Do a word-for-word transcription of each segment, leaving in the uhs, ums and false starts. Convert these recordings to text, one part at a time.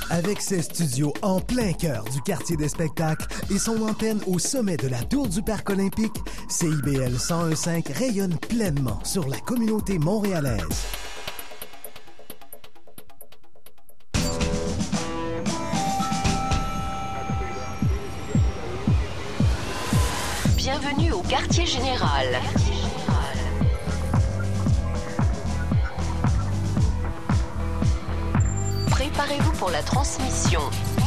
Avec ses studios en plein cœur du quartier des spectacles et son antenne au sommet de la tour du Parc olympique, C I B L cent un virgule cinq rayonne pleinement sur la communauté montréalaise. Bienvenue au quartier général. Préparez-vous pour la transmission.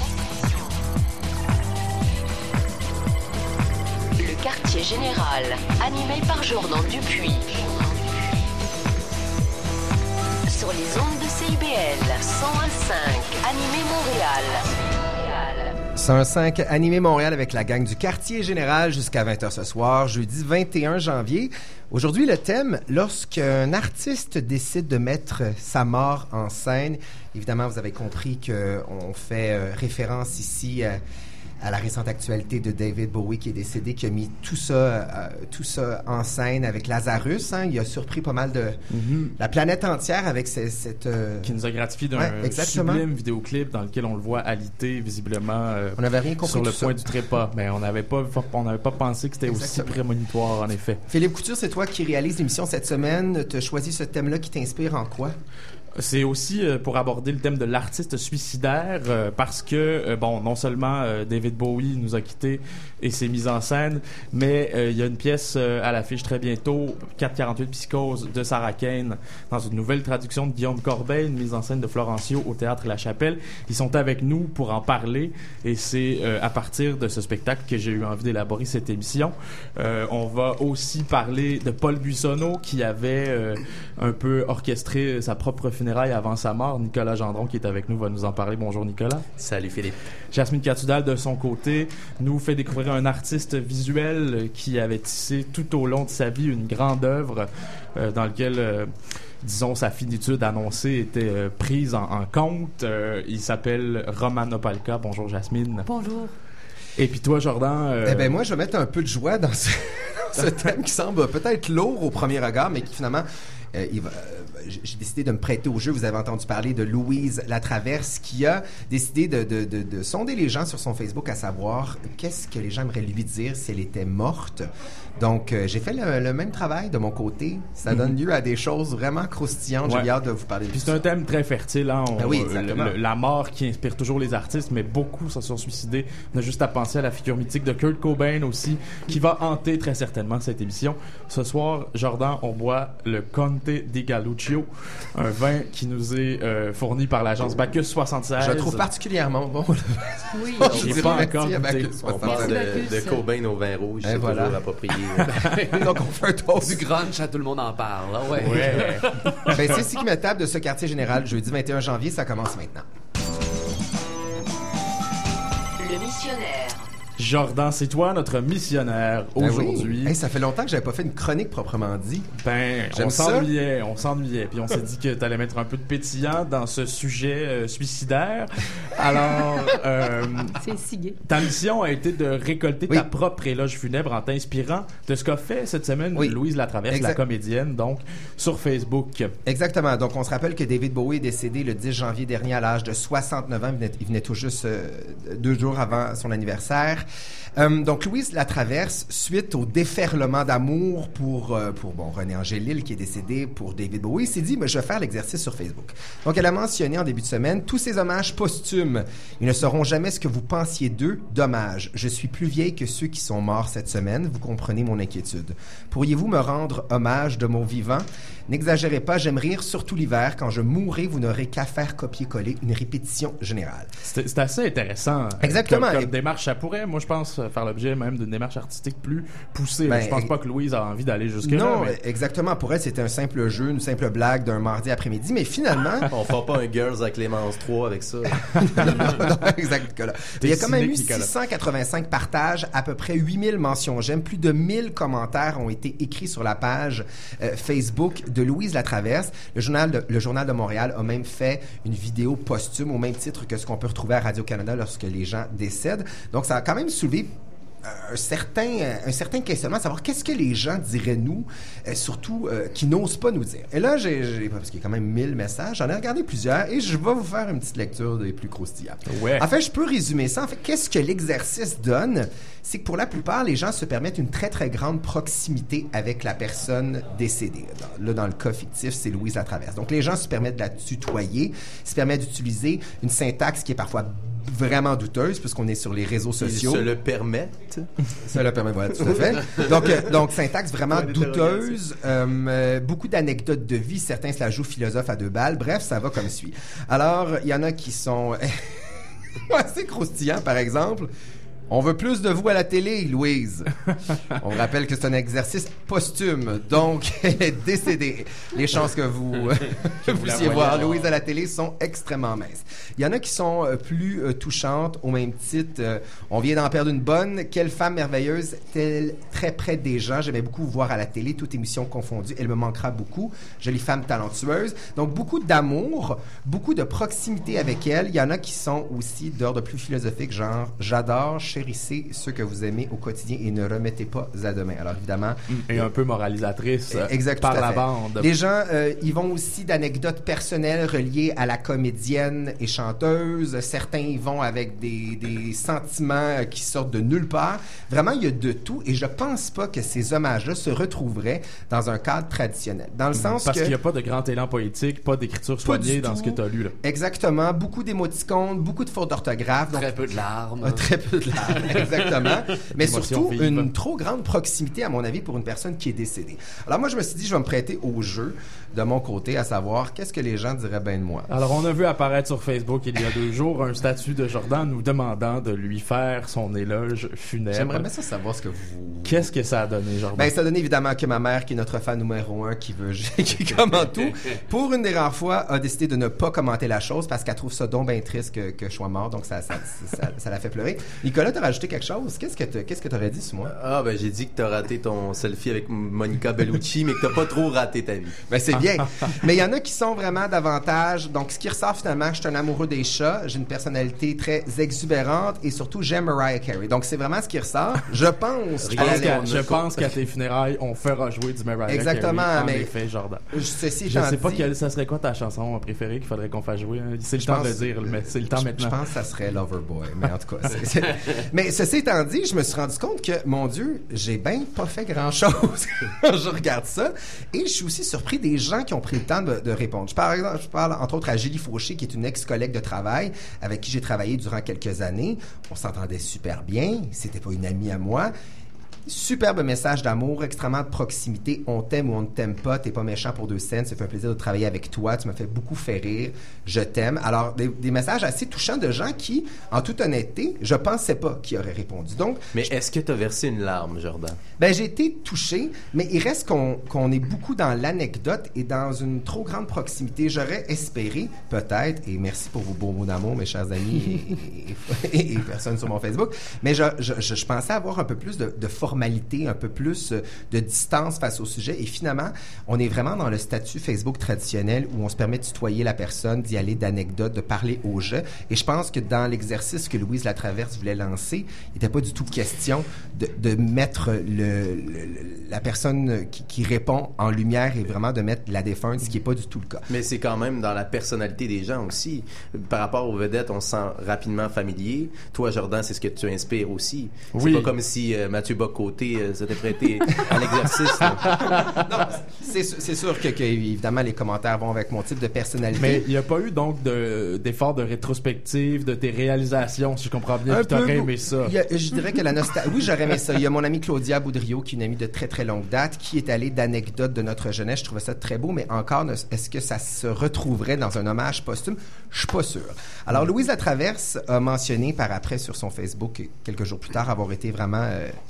Le quartier général, animé par Jordan Dupuis. Sur les ondes de C I B L cent un virgule cinq, animé Montréal. cent un virgule cinq, animé Montréal avec la gang du quartier général jusqu'à vingt heures ce soir, jeudi vingt et un janvier. Aujourd'hui, le thème, lorsqu'un artiste décide de mettre sa mort en scène. Évidemment, vous avez compris qu'on fait euh, référence ici euh, à la récente actualité de David Bowie qui est décédé, qui a mis tout ça, euh, tout ça en scène avec Lazarus. Hein. Il a surpris pas mal de mm-hmm. la planète entière avec ce, cette... Euh... Qui nous a gratifié d'un ouais, sublime vidéoclip dans lequel on le voit alité visiblement euh, on n'avait rien compris sur le ça. point du trépas. Mais on n'avait pas, on n'avait pas pensé que c'était exactement. Aussi prémonitoire, en effet. Philippe Couture, c'est toi qui réalise l'émission cette semaine. Tu as choisi ce thème-là qui t'inspire en quoi? C'est aussi euh, pour aborder le thème de l'artiste suicidaire euh, parce que, euh, bon, non seulement euh, David Bowie nous a quittés et s'est mis en scène, mais euh, il y a une pièce euh, à l'affiche très bientôt, quatre quarante-huit Psychose de Sarah Kane, dans une nouvelle traduction de Guillaume Corbeil, une mise en scène de Florencio au Théâtre La Chapelle. Ils sont avec nous pour en parler et c'est euh, à partir de ce spectacle que j'ai eu envie d'élaborer cette émission. Euh, on va aussi parler de Paul Buissonneau qui avait euh, un peu orchestré sa propre funérailles avant sa mort. Nicolas Gendron qui est avec nous va nous en parler. Bonjour Nicolas. Salut Philippe. Jasmine Catoudal de son côté nous fait découvrir un artiste visuel qui avait tissé tout au long de sa vie une grande œuvre euh, dans laquelle euh, disons sa finitude annoncée était euh, prise en, en compte. Euh, il s'appelle Roman Opalka. Bonjour Jasmine. Bonjour. Et puis toi Jordan euh... Eh ben moi je vais mettre un peu de joie dans ce, ce thème qui semble peut-être lourd au premier regard mais qui finalement euh, il va, euh, j'ai décidé de me prêter au jeu. Vous avez entendu parler de Louise Latraverse qui a décidé de, de, de, de sonder les gens sur son Facebook à savoir qu'est-ce que les gens aimeraient lui dire si elle était morte. Donc, euh, j'ai fait le, le même travail de mon côté. Ça mm-hmm. donne lieu à des choses vraiment croustillantes. Ouais. J'ai hâte de vous parler de Puis ça. C'est un thème très fertile. Hein? On, ben oui, exactement. Le, le, la mort qui inspire toujours les artistes, mais beaucoup se sont suicidés. On a juste à penser à la figure mythique de Kurt Cobain aussi, qui va hanter très certainement cette émission. Ce soir, Jordan, on boit le Conte di Galluccio, un vin qui nous est euh, fourni par l'agence Bacchus soixante-seize. Je le trouve particulièrement bon. Oui, je n'ai pas encore goûté. On parle de, de Cobain au vin rouge, c'est voilà. toujours approprié. Donc, on fait un tour du grunge, tout le monde en parle. Hein? Ouais. ouais. Ben, c'est ici qui me table de ce quartier général. Jeudi vingt et un janvier, ça commence maintenant. Le missionnaire. Jordan, c'est toi notre missionnaire aujourd'hui. Ben oui. Hey, ça fait longtemps que j'avais pas fait une chronique proprement dit. Ben, J'aime on s'ennuyait, ça. on s'ennuyait. Puis on s'est dit que tu allais mettre un peu de pétillant dans ce sujet euh, suicidaire. Alors, euh, c'est si gai. Ta mission a été de récolter oui. ta propre éloge funèbre en t'inspirant de ce qu'a fait cette semaine oui. Louise Latraverse, exact. La comédienne, donc, sur Facebook. Exactement. Donc, on se rappelle que David Bowie est décédé le dix janvier dernier à l'âge de soixante-neuf ans. Il venait, il venait tout juste euh, deux jours avant son anniversaire. Euh, donc, Louise Latraverse, suite au déferlement d'amour pour, euh, pour bon, René Angélil, qui est décédé, pour David Bowie, s'est dit, mais je vais faire l'exercice sur Facebook. Donc, elle a mentionné en début de semaine tous ces hommages posthumes. Ils ne seront jamais ce que vous pensiez d'eux. Dommage. Je suis plus vieille que ceux qui sont morts cette semaine. Vous comprenez mon inquiétude. Pourriez-vous me rendre hommage de mon vivant? N'exagérez pas, j'aime rire, surtout l'hiver. Quand je mourrai, vous n'aurez qu'à faire copier-coller une répétition générale. C'est, c'est assez intéressant. Exactement. Comme, comme démarche, ça pourrait, moi, je pense, faire l'objet même d'une démarche artistique plus poussée. Ben, je pense pas que Louise a envie d'aller jusque-là. Non, mais... exactement. Pour elle, c'était un simple jeu, une simple blague d'un mardi après-midi. Mais finalement... On fera pas un Girls à Clémence trois avec ça. non, non, non, exact. Il y a quand même eu six cent quatre-vingt-cinq partages, à peu près huit mille mentions j'aime. Plus de mille commentaires ont été écrits sur la page euh, Facebook de Louise Latraverse. Le journal, de, le journal de Montréal a même fait une vidéo posthume au même titre que ce qu'on peut retrouver à Radio-Canada lorsque les gens décèdent. Donc, ça a quand même soulevé un certain, un certain questionnement, à savoir qu'est-ce que les gens diraient nous, euh, surtout euh, qui n'osent pas nous dire. Et là, j'ai, j'ai, parce qu'il y a quand même mille messages, j'en ai regardé plusieurs et je vais vous faire une petite lecture des plus croustillants. Ouais. En fait, je peux résumer ça. En fait, qu'est-ce que l'exercice donne? C'est que pour la plupart, les gens se permettent une très, très grande proximité avec la personne décédée. Dans, là, dans le cas fictif, c'est Louise Latraverse. Donc, les gens se permettent de la tutoyer, se permettent d'utiliser une syntaxe qui est parfois vraiment douteuse, puisqu'on est sur les réseaux sociaux. Ils se le permettent. Se le permettent, voilà, tout à fait. Donc, euh, donc syntaxe vraiment douteuse, euh, beaucoup d'anecdotes de vie, certains se la jouent philosophe à deux balles, bref, ça va comme suit. Alors, il y en a qui sont assez croustillants, par exemple. On veut plus de vous à la télé, Louise. On rappelle que c'est un exercice posthume, donc elle est décédée. Les chances que vous, que vous puissiez voir Louise à la télé sont extrêmement minces. Il y en a qui sont euh, plus euh, touchantes, au même titre. Euh, on vient d'en perdre une bonne. Quelle femme merveilleuse, telle très près des gens. J'aimais beaucoup vous voir à la télé, toute émission confondue. Elle me manquera beaucoup. Jolie femme talentueuse. Donc, beaucoup d'amour, beaucoup de proximité avec elle. Il y en a qui sont aussi d'ordre plus philosophique, genre « J'adore, chérissez ceux que vous aimez au quotidien et ne remettez pas à demain. » Alors, évidemment... Et un peu moralisatrice euh, exact, par la bande. Les gens, euh, ils vont aussi d'anecdotes personnelles reliées à la comédienne et chanteuse. Certains y vont avec des, des sentiments qui sortent de nulle part. Vraiment, il y a de tout. Et je pense pas que ces hommages-là se retrouveraient dans un cadre traditionnel. Dans le sens Parce que... qu'il n'y a pas de grand élan poétique, pas d'écriture soignée dans ce que tu as lu. Là. Exactement. Beaucoup d'émoticônes, beaucoup de fautes d'orthographe. Donc... Très peu de larmes. Euh, très peu de larmes, exactement. Mais surtout, vive. une trop grande proximité, à mon avis, pour une personne qui est décédée. Alors moi, je me suis dit, je vais me prêter au jeu de mon côté, à savoir, qu'est-ce que les gens diraient bien de moi? Alors, on a vu apparaître sur Facebook, il y a deux jours, un statut de Jordan nous demandant de lui faire son éloge funèbre. J'aimerais bien ça savoir ce que vous... Qu'est-ce que ça a donné, Jordan? Ben, ça a donné évidemment que ma mère, qui est notre fan numéro un, qui veut, qui commente tout, pour une des rares fois, a décidé de ne pas commenter la chose parce qu'elle trouve ça donc bien triste que, que je sois mort, donc ça, ça, ça, ça, ça la fait pleurer. Nicolas, t'as rajouté quelque chose? Qu'est-ce que t'as, qu'est-ce que t'aurais dit sur moi? Ah, ben, j'ai dit que t'as raté ton selfie avec Monica Bellucci, mais que t'as pas trop raté ta vie. Ben, c'est bien. Mais il y en a qui sont vraiment davantage... Donc, ce qui ressort finalement, je suis un amoureux des chats, j'ai une personnalité très exubérante et surtout, j'aime Mariah Carey. Donc, c'est vraiment ce qui ressort. Je pense... Je pense, qu'à, je pense qu'à tes funérailles, on fera jouer du Mariah Carey. Exactement, en mais... effet, Jordan. Ceci je sais dit, pas quelle, ça serait quoi ta chanson préférée qu'il faudrait qu'on fasse jouer. Hein? C'est le temps pense, de le dire, mais c'est le temps je, maintenant. Je pense que ça serait Loverboy, mais en tout cas... c'est, c'est... Mais ceci étant dit, je me suis rendu compte que, mon Dieu, j'ai bien pas fait grand-chose quand je regarde ça. Et je suis aussi surpris des gens qui ont pris le temps de, de répondre. Je, par exemple, je parle entre autres à Julie Fauché, qui est une ex-collègue de travail avec qui j'ai travaillé durant quelques années. On s'entendait super bien. C'était pas une amie à moi. Superbe message d'amour, extrêmement de proximité. On t'aime ou on ne t'aime pas. T'es pas méchant pour deux cents. Ça fait un plaisir de travailler avec toi. Tu m'as fait beaucoup faire rire. Je t'aime. Alors, des, des messages assez touchants de gens qui, en toute honnêteté, je pensais pas qu'ils auraient répondu. Donc, mais je... est-ce que t'as versé une larme, Jordan? Ben, j'ai été touché, mais il reste qu'on, qu'on est beaucoup dans l'anecdote et dans une trop grande proximité. J'aurais espéré, peut-être, et merci pour vos beaux mots d'amour, mes chers amis et, et, et, et personnes sur mon Facebook, mais je, je, je, je pensais avoir un peu plus de, de formalité, un peu plus de distance face au sujet. Et finalement, on est vraiment dans le statut Facebook traditionnel où on se permet de tutoyer la personne, d'y aller d'anecdotes, de parler au jeu. Et je pense que dans l'exercice que Louise Latraverse voulait lancer, il n'était pas du tout question de, de mettre le, le, la personne qui, qui répond en lumière et vraiment de mettre la défunte, ce qui n'est pas du tout le cas. Mais c'est quand même dans la personnalité des gens aussi. Par rapport aux vedettes, on se sent rapidement familier. Toi, Jordan, c'est ce que tu inspires aussi. Oui. C'est pas comme si euh, Mathieu Bock-Côté euh, s'était prêté à l'exercice. Non, c'est, c'est sûr que, que, évidemment, les commentaires vont avec mon type de personnalité. Mais il n'y a pas eu, donc, de, d'efforts de rétrospective de tes réalisations, si je comprends bien, puis t'aurais aimé ça. Il y a, je dirais que la nostalgie... Oui, j'aurais aimé ça. Il y a mon amie Claudia Boudrio, qui est une amie de très, très longue date, qui est allée d'anecdotes de notre jeunesse. Je trouvais ça très beau, mais encore, est-ce que ça se retrouverait dans un hommage posthume? Je suis pas sûr. Alors, Louise Latraverse a mentionné par après sur son Facebook, quelques jours plus tard, avoir été vraiment euh, submergée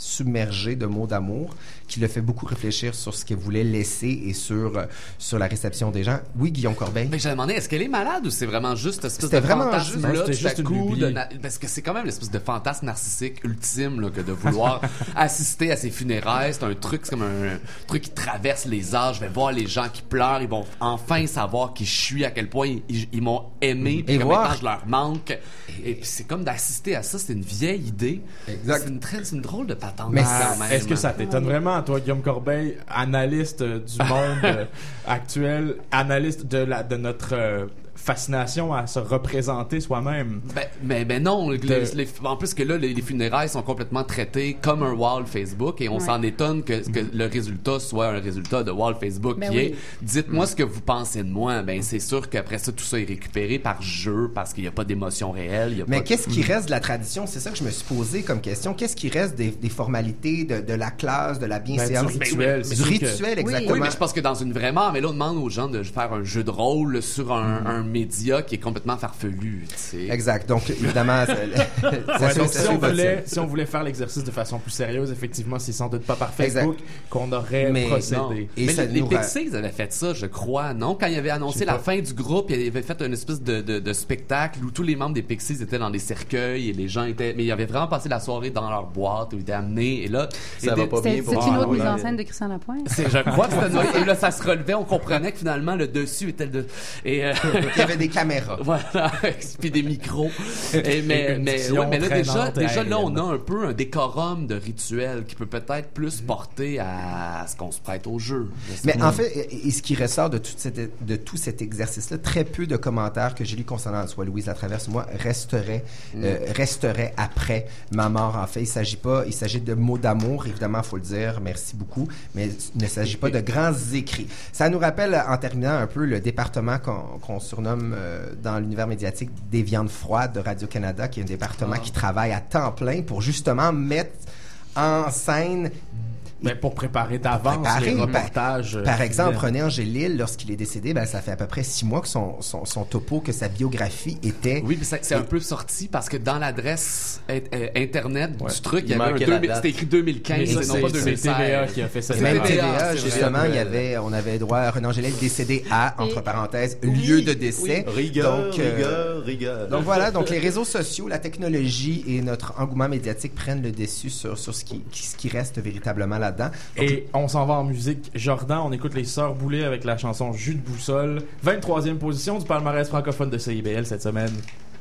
émerger de mots d'amour qui le fait beaucoup réfléchir sur ce qu'elle voulait laisser et sur, euh, sur la réception des gens. Oui, Guillaume Corbeil? Mais j'avais demandé, est-ce qu'elle est malade ou c'est vraiment juste cette espèce C'était de vraiment fantasme-là, juste- tout c'était à juste une coup, lubie. de na- parce que c'est quand même l'espèce de fantasme narcissique ultime là, que de vouloir assister à ses funérailles. C'est un truc, c'est comme un, un truc qui traverse les âges. Je vais voir les gens qui pleurent, ils vont enfin savoir qui je suis, à quel point ils, ils- ils m'ont aimé, puis Et que voir- maintenant je leur manque. Et puis c'est comme d'assister à ça, c'est une vieille idée. Exact. C'est une, très, c'est une drôle de patente. Mais quand même. Est-ce que ça t'étonne vraiment, toi, Guillaume Corbeil, analyste euh, du monde euh, actuel, analyste de, la, de notre euh, fascination à se représenter soi-même? Ben, ben, ben non. Les- les- en plus que là, les, les funérailles sont complètement traitées comme un wall Facebook et on Ouais. s'en étonne que, que le résultat soit un résultat de wall Facebook Ben qui oui. est dites-moi ce que vous pensez de moi. Ben c'est sûr qu'après ça, tout ça est récupéré par jeu parce qu'il n'y a pas d'émotion réelle. il y a Mais pas de- qu'est-ce qui reste de la tradition? C'est ça que je me suis posé comme question. Qu'est-ce qui reste des, des formalités, de, de la classe, de la bienséance? Ben, du rituel. C'est Du sûr que- rituel, Oui. exactement. Oui, mais je pense que dans une vraie mort, mais là, on demande aux gens de faire un jeu de rôle sur un, Mm. un média qui est complètement farfelu, tu sais. Exact. Donc, évidemment, ça, ça Ouais, suit- donc, ça si, suit on votre voulait, signe. si on voulait faire l'exercice de façon plus sérieuse, effectivement, c'est sans doute pas par Exact. Facebook qu'on aurait Mais procédé. Non. Et mais ça les, les nous ra- Pixies avaient fait ça, je crois, non? Quand ils avaient annoncé la fin du groupe, ils avaient fait une espèce de, de, de spectacle où tous les membres des Pixies étaient dans des cercueils et les gens étaient... Mais ils avaient vraiment passé la soirée dans leur boîte où ils étaient amenés. Et là... Ça et va des- pas C'est bien pour c'est une Ah, autre oui. mise en scène de Christian Lapointe. C'est- je crois que c'était une autre- Et là, ça se relevait, on comprenait que finalement, le dessus était le... De... Et... euh, Il y avait des caméras. Voilà, puis des micros. Et mais, Et une mais, diction ouais, mais là, déjà, traînante déjà là, on aérienne. a un peu un décorum de rituel qui peut peut-être plus porter à ce qu'on se prête au jeu. Je sais Mais pas. en fait, et et ce qui ressort de tout, cette, de tout cet exercice-là, très peu de commentaires que j'ai lus concernant soit Louise Latraverse ou moi resteraient, euh, resteraient après ma mort. En fait, il s'agit pas, il s'agit de mots d'amour, évidemment, faut le dire, merci beaucoup, mais il ne s'agit pas de grands écrits. Ça nous rappelle, en terminant un peu, le département qu'on qu'on surnomme euh, dans l'univers médiatique des viandes froides de Radio-Canada, qui est un département qui travaille à temps plein pour justement mettre en scène. Mais pour préparer d'avance Préparer, les par- reportages. Par, euh, exemple, qui René Angélil, lorsqu'il est décédé, ben, ça fait à peu près six mois que son, son, son topo, que sa biographie était... Oui, puis c'est c'est un peu sorti parce que dans l'adresse euh, euh, internet Ouais. du truc, il y Il avait un manquait deux la mille date. c'était écrit deux mille quinze, Mais ça, et non c'est pas c'est deux mille seize. T V A qui a fait ça. Et même T V A, T V A, c'est justement, vrai. il y avait, on avait droit à René Angélil décédé à, entre Et- parenthèses, lieu de décès. Rigueur, Donc, euh, rigueur, rigueur. Donc voilà, donc les réseaux sociaux, la technologie et notre engouement médiatique prennent le dessus sur, sur ce, qui, ce qui reste véritablement là-dedans. Donc, Et on s'en va en musique. Jordan, on écoute les Sœurs Boulay avec la chanson Jus de boussole. vingt-troisième position du palmarès francophone de C I B L cette semaine.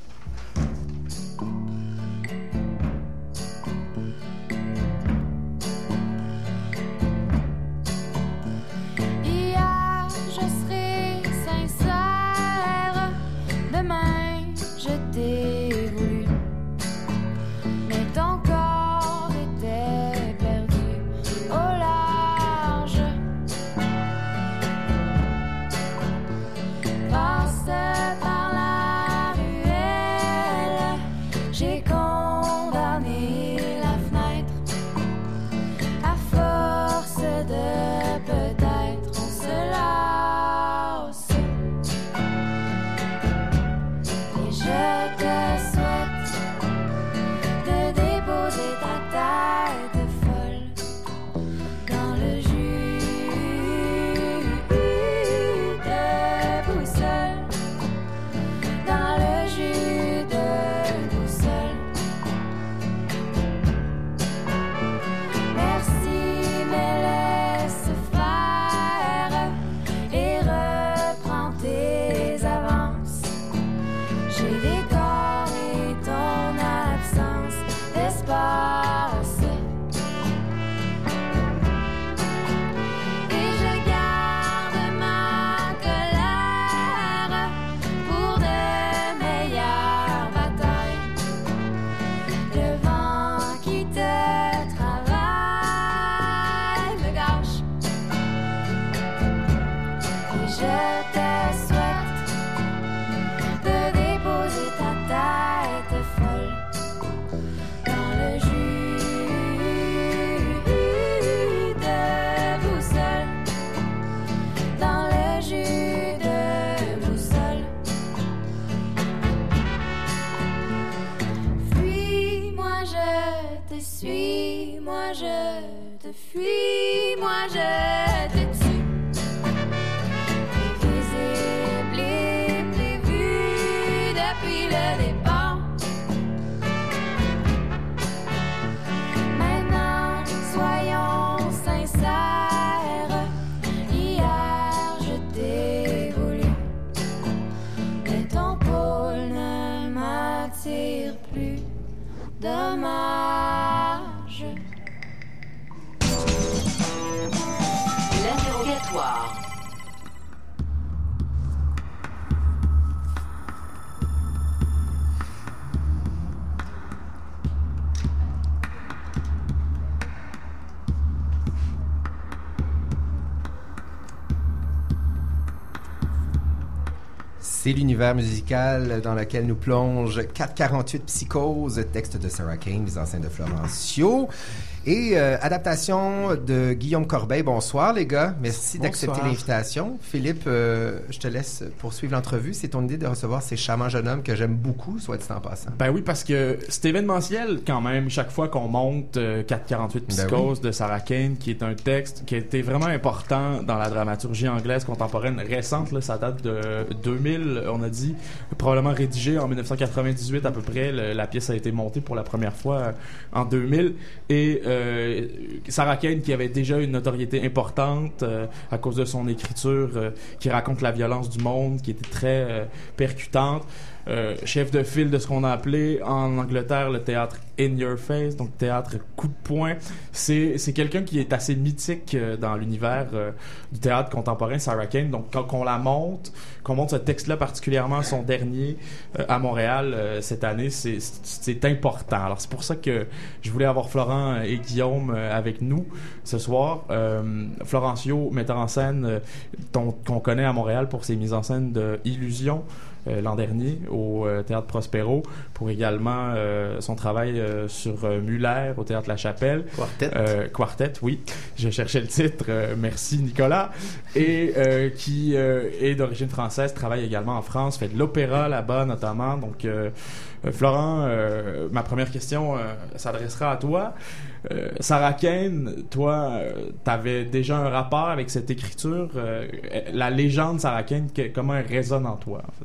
Hier, je serai sincère. Demain, je t'ai voulu. Mais ton corps était perdu au large. Passe par la ruelle. J'ai condamné la fenêtre. À force de peut-être on se lasse. Et je te souhaite de déposer ta tête folle dans le jus de boussole. Dans le jus de boussole. Merci, mais laisse faire et reprends tes avances. J'ai décoré ton absence d'espace. Et je garde ma colère pour de meilleures batailles. Le vent qui te travaille me gâche. Et je te souhaite de déposer je te tue. Visible et prévu depuis le départ. Maintenant, soyons sincères. Hier, je t'ai voulu, mais ton pôle ne m'attire plus. Dommage. L'interrogatoire. C'est l'univers musical dans lequel nous plonge quatre quarante-huit Psychose, texte de Sarah Kane, mise en scène de Florencio. Et euh, adaptation de Guillaume Corbeil. Bonsoir les gars, merci Bonsoir. d'accepter l'invitation. Philippe, euh, je te laisse poursuivre l'entrevue. C'est ton idée de recevoir ces charmants jeunes hommes que j'aime beaucoup, soit dit en passant. Ben oui, parce que c'est événementiel quand même, chaque fois qu'on monte euh, quatre quarante-huit Psychose Ben de Sarah Kane, qui est un texte qui a été vraiment important dans la dramaturgie anglaise contemporaine récente, là, ça date de deux mille, on a dit, probablement rédigé en dix-neuf cent quatre-vingt-dix-huit à peu près. Le, la pièce a été montée pour la première fois euh, en deux mille. Et euh, Sarah Kane, qui avait déjà une notoriété importante euh, à cause de son écriture euh, qui raconte la violence du monde, qui était très euh, percutante. Euh, chef de file de ce qu'on a appelé en Angleterre le théâtre in your face, donc théâtre coup de poing. C'est, c'est quelqu'un qui est assez mythique euh, dans l'univers euh, du théâtre contemporain, Sarah Kane. Donc quand on la monte, qu'on monte ce texte-là, particulièrement son dernier euh, à Montréal euh, cette année, c'est, c'est important. Alors c'est pour ça que je voulais avoir Florent et Guillaume euh, avec nous ce soir. Euh, Florencio, metteur en scène euh, dont, qu'on connaît à Montréal pour ses mises en scène de Illusion, Euh, l'an dernier au euh, Théâtre Prospero, pour également euh, son travail euh, sur euh, Muller au Théâtre La Chapelle. Quartet. Euh, quartet, oui. Je cherchais le titre. Euh, merci Nicolas. Et euh, qui euh, est d'origine française, travaille également en France, fait de l'opéra là-bas notamment. Donc, euh, euh, Florent, euh, ma première question euh, s'adressera à toi. Euh, Sarah Kane, toi, euh, t'avais déjà un rapport avec cette écriture. Euh, la légende Sarah Kane, que, comment elle résonne en toi, en fait?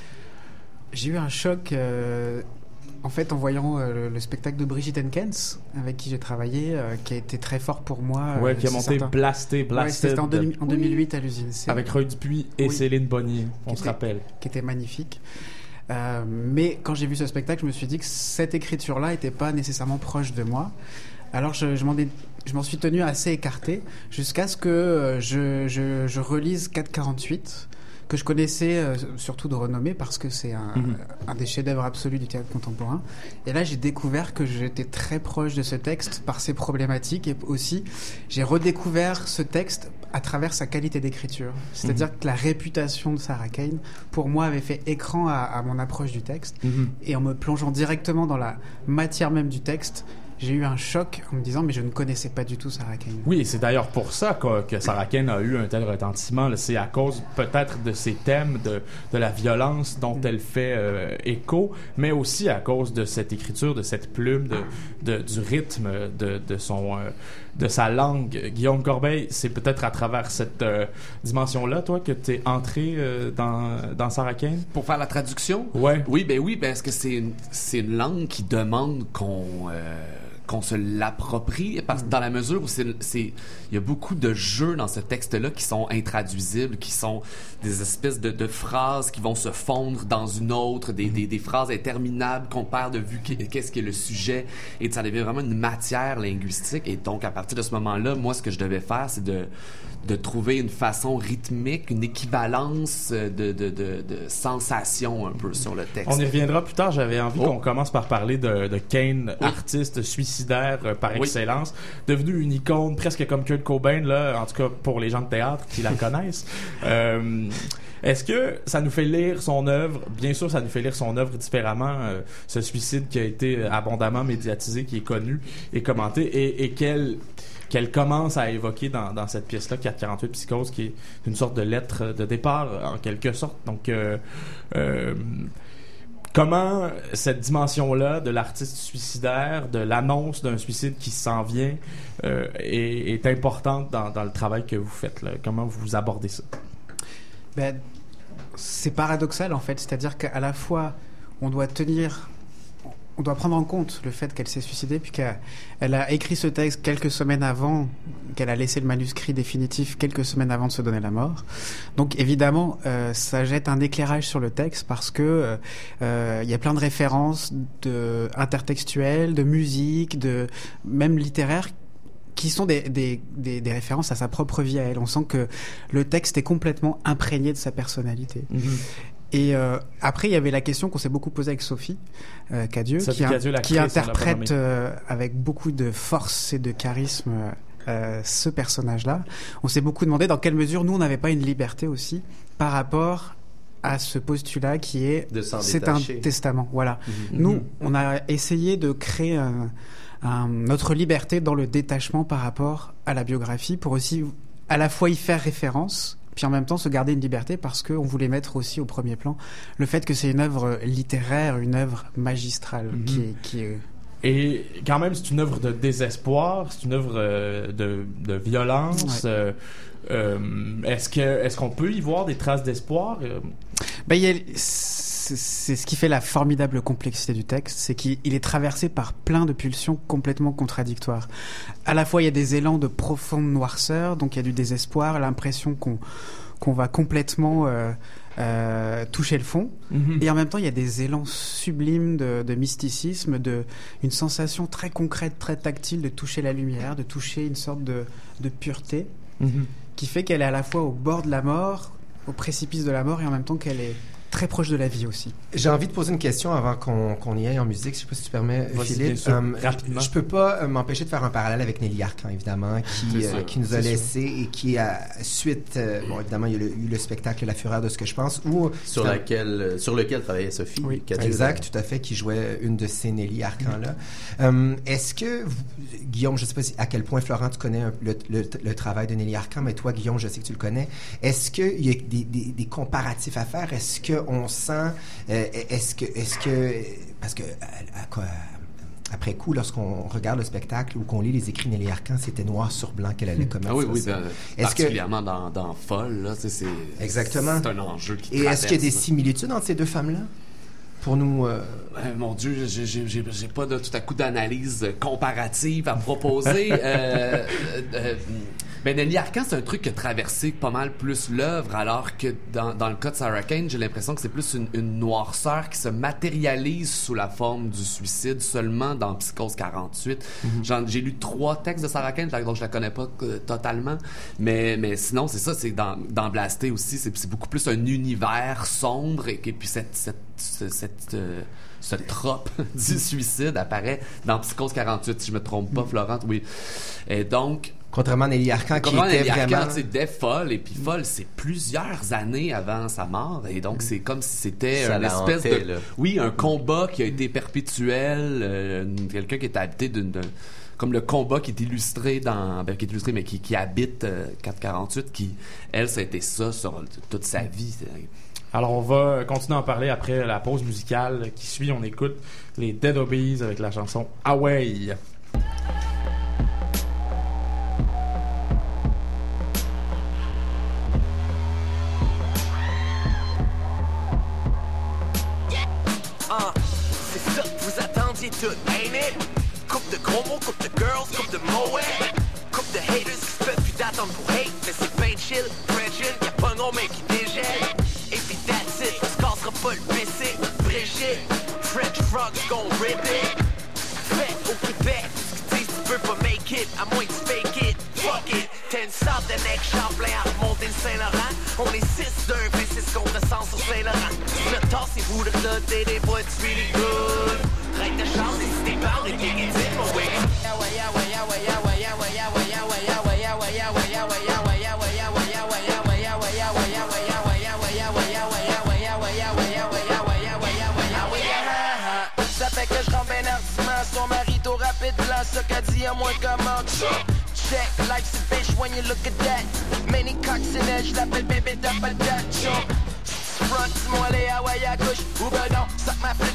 J'ai eu un choc euh, en fait en voyant euh, le, le spectacle de Brigitte Henkens avec qui j'ai travaillé, euh, qui a été très fort pour moi. Ouais, euh, qui a c'est monté certain. Blasté, Ouais, Blasted. c'était en, deux mille- en Oui. deux mille huit à l'usine C. Avec Roy Dupuis et Oui. Céline Bonnier, on Qui se était- rappelle. qui était magnifique. Euh, mais quand j'ai vu ce spectacle, je me suis dit que cette écriture-là n'était pas nécessairement proche de moi. Alors je, je m'en ai- je m'en suis tenu assez écarté jusqu'à ce que euh, je, je, je relise quatre quarante-huit, que je connaissais euh, surtout de renommée parce que c'est un, Mhm. un des chefs-d'œuvre absolus du théâtre contemporain. Et là, j'ai découvert que j'étais très proche de ce texte par ses problématiques, et aussi j'ai redécouvert ce texte à travers sa qualité d'écriture. C'est-à-dire que la réputation de Sarah Kane, pour moi, avait fait écran à, à mon approche du texte. Mhm. Et en me plongeant directement dans la matière même du texte, j'ai eu un choc en me disant mais je ne connaissais pas du tout Sarah Kane. Oui, et c'est d'ailleurs pour ça quoi, que Sarah Kane a eu un tel retentissement. Là. C'est à cause peut-être de ces thèmes de, de la violence dont elle fait euh, écho, mais aussi à cause de cette écriture, de cette plume, de, de, du rythme de, de, son, euh, de sa langue. Guillaume Corbeil, c'est peut-être à travers cette euh, dimension-là, toi, que tu es entré euh, dans, dans Sarah Kane? Pour faire la traduction? Ouais. Oui, ben oui, parce que c'est une, c'est une langue qui demande qu'on euh, qu'on se l'approprie, parce que dans la mesure où c'est, c'est, il y a beaucoup de jeux dans ce texte-là qui sont intraduisibles, qui sont des espèces de, de phrases qui vont se fondre dans une autre, des, des, des phrases interminables qu'on perd de vue qu'est-ce qu'est le sujet, et ça devient vraiment une matière linguistique. Et donc, à partir de ce moment-là, moi, ce que je devais faire, c'est de de trouver une façon rythmique, une équivalence de, de, de, de sensation un peu sur le texte. On y reviendra plus tard. J'avais envie Oh. qu'on commence par parler de, de Kane, Oui. artiste suicidaire euh, par Oui. excellence, devenu une icône presque comme Kurt Cobain, là, en tout cas pour les gens de théâtre qui la connaissent. Euh, Est-ce que ça nous fait lire son œuvre? Bien sûr, ça nous fait lire son œuvre différemment. Euh, ce suicide qui a été abondamment médiatisé, qui est connu et commenté, et, et qu'elle qu'elle commence à évoquer dans, dans cette pièce-là, quatre quarante-huit Psychose, qui est une sorte de lettre de départ, en quelque sorte. Donc, euh, euh, Comment cette dimension-là de l'artiste suicidaire, de l'annonce d'un suicide qui s'en vient, euh, est, est importante dans, dans le travail que vous faites, là? Comment vous abordez ça? Ben, c'est paradoxal en fait, c'est-à-dire qu'à la fois on doit tenir, on doit prendre en compte le fait qu'elle s'est suicidée, puis qu'elle elle a écrit ce texte quelques semaines avant, qu'elle a laissé le manuscrit définitif quelques semaines avant de se donner la mort. Donc évidemment, euh, ça jette un éclairage sur le texte parce que euh, il y a plein de références de intertextuelles, de musique, de même littéraires, qui sont des, des, des, des références à sa propre vie à elle. On sent que le texte est complètement imprégné de sa personnalité. Mmh. Et euh, après, il y avait la question qu'on s'est beaucoup posée avec Sophie euh, Cadieux, Sophie qui, Cadieux, qui interprète euh, avec beaucoup de force et de charisme euh, ce personnage-là. On s'est beaucoup demandé dans quelle mesure nous, on n'avait pas une liberté aussi par rapport à ce postulat qui est de s'en c'est détacher. Un testament. Voilà. Mmh. Nous, on a essayé de créer un, un, notre liberté dans le détachement par rapport à la biographie pour aussi à la fois y faire référence, puis en même temps se garder une liberté parce qu'on voulait mettre aussi au premier plan le fait que c'est une œuvre littéraire, une œuvre magistrale mmh. qui est... Qui est... Et quand même, c'est une œuvre de désespoir, c'est une œuvre euh, de, de violence. Ouais. Euh, euh, est-ce que est-ce qu'on peut y voir des traces d'espoir? Ben, il y a, c'est, c'est ce qui fait la formidable complexité du texte, c'est qu'il il est traversé par plein de pulsions complètement contradictoires. À la fois, il y a des élans de profonde noirceur, donc il y a du désespoir, l'impression qu'on qu'on va complètement euh, euh, toucher le fond, mm-hmm. et en même temps, il y a des élans sublimes de, de mysticisme, de une sensation très concrète, très tactile de toucher la lumière, de toucher une sorte de, de pureté, mm-hmm. qui fait qu'elle est à la fois au bord de la mort, au précipice de la mort, et en même temps qu'elle est très proche de la vie aussi. J'ai envie de poser une question avant qu'on, qu'on y aille en musique. Je ne sais pas si tu permets, Vas-y, Philippe. Sûr, um, rapidement. Je ne peux pas euh, m'empêcher de faire un parallèle avec Nelly Arcan, évidemment, qui, euh, qui nous a laissé sûr. Et qui a suite... Euh, bon, évidemment, il y a le, eu le spectacle La Fureur de ce que je pense, où... Sur, laquelle, sur lequel travaillait Sophie. Oui, exact, tout à fait, qui jouait une de ces Nelly Arcan-là. Mm-hmm. Um, est-ce que, vous, Guillaume, je ne sais pas si, à quel point, Florent, tu connais un, le, le, le travail de Nelly Arcan, mais toi, Guillaume, je sais que tu le connais. Est-ce qu'il y a des, des, des comparatifs à faire? Est-ce qu'on sent... Euh, est-ce que, est-ce que, parce que, à, à quoi, après coup, lorsqu'on regarde le spectacle ou qu'on lit les écrits de Nelly Arcan, c'était noir sur blanc qu'elle allait commettre. Ah oui, ça, oui, ça. Dans, est-ce particulièrement que, dans, dans Folle, là, c'est, c'est, exactement. C'est un enjeu qui Et traverse, est-ce qu'il y a des similitudes entre ces deux femmes-là? Pour nous... Euh... Euh, mon Dieu, j'ai, j'ai, j'ai, j'ai pas de, tout à coup d'analyse comparative à proposer. euh, euh, euh, ben, Nelly Arcan, c'est un truc qui a traversé pas mal plus l'œuvre, alors que dans, dans le cas de Sarah Kane, j'ai l'impression que c'est plus une, une noirceur qui se matérialise sous la forme du suicide seulement dans Psychose quarante-huit. Mm-hmm. J'en, j'ai lu trois textes de Sarah Kane, donc je la connais pas euh, totalement, mais, mais sinon, c'est ça, c'est dans, dans Blasté aussi, c'est, c'est beaucoup plus un univers sombre, et, et puis cette... cette, cette, cette euh, ce trope du suicide apparaît dans Psychose quarante-huit, si je me trompe pas, Florent, oui. Et donc... Contrairement à Nelly Arcan, qui était Nelly Arcan, vraiment... c'était Folle, et puis Folle, c'est plusieurs années avant sa mort, et donc c'est comme si c'était ça une espèce hantait, de... là. Oui, un combat qui a été perpétuel, euh, quelqu'un qui est habité d'une... d'une comme le combat qui est illustré dans ben, qui est illustré mais qui, qui habite euh, quatre quarante-huit, qui elle ça a été ça sur toute sa vie. Alors on va continuer à en parler après la pause musicale qui suit. On écoute les Dead Obeez avec la chanson Away. Uh, c'est ça que vous attendiez tout, ain't it? Coupe de gros mots, coupe de girls, coupe de moët, coupe de haters qui se peuvent plus d'attendre pour hate, mais c'est ben chill, fragile, y'a pas un gros mec qui dégèle. Et pis that's it, on se cassera pas le P C, Brigitte, French frogs gon' rip it. Fait au Québec, tu dis tu peux pas make it, à moins que tu fake it, fuck it. T'as une sorte de mec Champlain à remonter le Saint-Laurent. On est six d'un V six contre cent sur Saint-Laurent. Le tassez-vous de là, t'es des boys, it's really good. Règle de chance, et si t'es parle, et t'es guédine, mon way. Ça fait que je rentre ben hardiment sur marito rapide blanc, ça qu'a dit à moins comment ça. Check, life's a bitch when you look at that. Many cocks in edge, je l'appelle bébé d'appel dat. Front, dis-moi les Hawaii à gauche, ou ben non, suck ma flip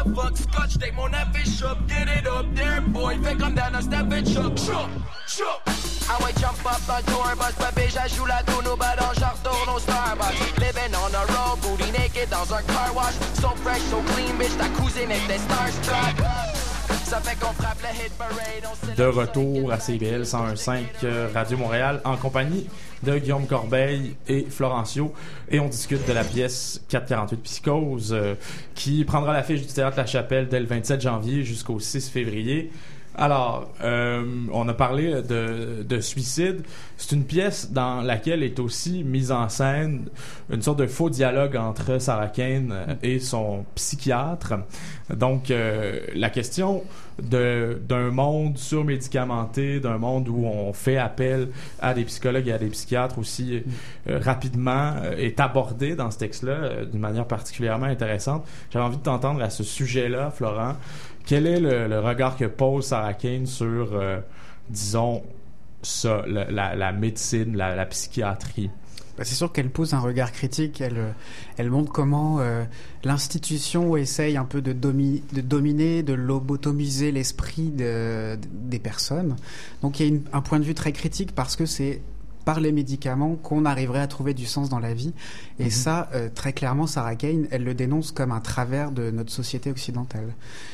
fuck scotch, t'es mon affiche up, get it up there, boy. Fait comme dans un step and shook, shook, shook. Ah ouais, jump up dans le tour bus, bébé, j'ajoute la toune au ballon, j'en retourne au Starbucks. Living on the road, booty naked dans un car wash. So fresh, so clean, bitch, ta cousine était starstruck. Ça fait qu'on frappe le hit parade, on se De retour à C I B L cent un virgule cinq euh, Radio Montréal en compagnie de Guillaume Corbeil et Florencio, et on discute de la pièce quatre cent quarante-huit Psychose euh, qui prendra l'affiche du Théâtre La Chapelle dès le vingt-sept janvier jusqu'au six février. Alors, euh, on a parlé de, de suicide. C'est une pièce dans laquelle est aussi mise en scène une sorte de faux dialogue entre Sarah Kane et son psychiatre. Donc, euh, la question de, d'un monde surmédicamenté, d'un monde où on fait appel à des psychologues et à des psychiatres aussi euh, rapidement, euh, est abordée dans ce texte-là euh, d'une manière particulièrement intéressante. J'avais envie de t'entendre à ce sujet-là, Florent. Quel est le, le regard que pose Sarah Kane sur, euh, disons, ça, la, la, la médecine, la, la psychiatrie? Bah, c'est sûr qu'elle pose un regard critique. Elle, elle montre comment euh, l'institution essaye un peu de, domi- de dominer, de lobotomiser l'esprit de, de, des personnes. Donc il y a une, un point de vue très critique parce que c'est par les médicaments qu'on arriverait à trouver du sens dans la vie. Et mmh. ça, euh, très clairement, Sarah Kane, elle le dénonce comme un travers de notre société occidentale.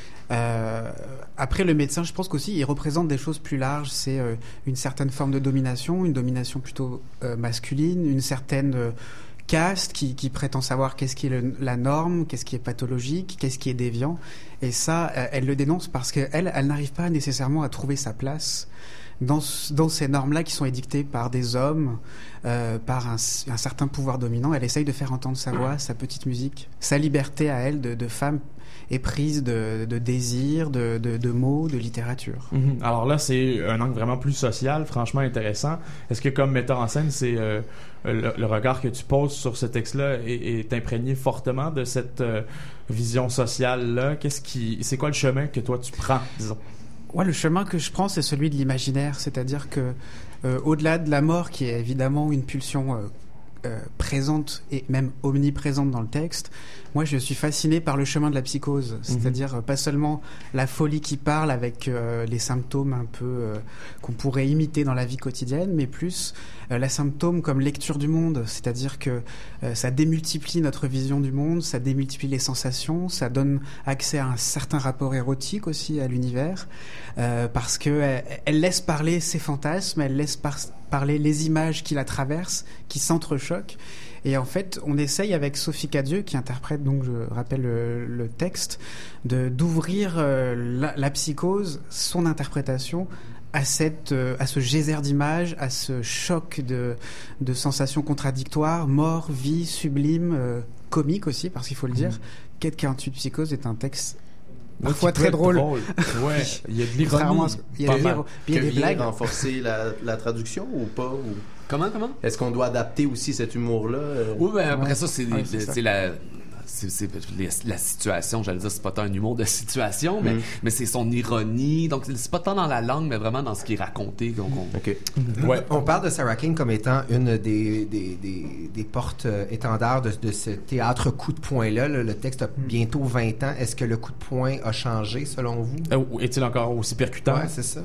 Euh, après, le médecin, je pense qu'aussi il représente des choses plus larges. C'est euh, une certaine forme de domination, une domination plutôt euh, masculine, une certaine euh, caste qui, qui prétend savoir qu'est-ce qui est le, la norme, qu'est-ce qui est pathologique, qu'est-ce qui est déviant. Et ça, euh, elle le dénonce parce qu'elle, elle n'arrive pas nécessairement à trouver sa place dans, dans ces normes-là qui sont édictées par des hommes, euh, par un, un certain pouvoir dominant. Elle essaye de faire entendre sa voix, sa petite musique, sa liberté à elle de, de femme éprise de, de désirs, de, de, de mots, de littérature. Mm-hmm. Alors là, c'est un angle vraiment plus social, franchement intéressant. Est-ce que comme metteur en scène, c'est euh, le, le regard que tu poses sur ce texte-là est, est imprégné fortement de cette euh, vision sociale-là? Qu'est-ce qui, c'est quoi le chemin que toi tu prends, disons? Ouais, le chemin que je prends, c'est celui de l'imaginaire, c'est-à-dire que euh, au-delà de la mort, qui est évidemment une pulsion euh, euh, présente et même omniprésente dans le texte, moi, je suis fasciné par le chemin de la psychose, c'est-à-dire mmh. pas seulement la folie qui parle avec euh, les symptômes un peu euh, qu'on pourrait imiter dans la vie quotidienne, mais plus euh, la symptôme comme lecture du monde, c'est-à-dire que euh, ça démultiplie notre vision du monde, ça démultiplie les sensations, ça donne accès à un certain rapport érotique aussi à l'univers, euh, parce que elle, elle laisse parler ses fantasmes, elle laisse par- parler les images qui la traversent, qui s'entrechoquent. Et en fait, on essaye avec Sophie Cadieux, qui interprète, donc je rappelle le, le texte, de, d'ouvrir euh, la, la psychose, son interprétation, à, cette, euh, à ce geyser d'images, à ce choc de, de sensations contradictoires, mort, vie, sublime, euh, comique aussi, parce qu'il faut le dire. Mmh. quatre cent quarante-huit Psychose est un texte parfois très drôle. drôle. Ouais, il y a de l'ironie. Il y a, des, il y a des blagues. Renforcer la, la traduction ou pas ou... Comment, comment? Est-ce qu'on doit adapter aussi cet humour-là? Euh... Oui, ben après ouais. ça, c'est, ouais, c'est, c'est ça. la... C'est, c'est la situation, j'allais dire, c'est pas tant un humour de situation, mais, mm. mais c'est son ironie. Donc, c'est pas tant dans la langue, mais vraiment dans ce qui est raconté. Donc on... Okay. Mm-hmm. Ouais. On parle de Sarah Kane comme étant une des, des, des, des portes étendards de, de ce théâtre coup de poing-là. Le, le texte a bientôt vingt ans. Est-ce que le coup de poing a changé, selon vous? Euh, est-il encore aussi percutant? Ouais, c'est ça.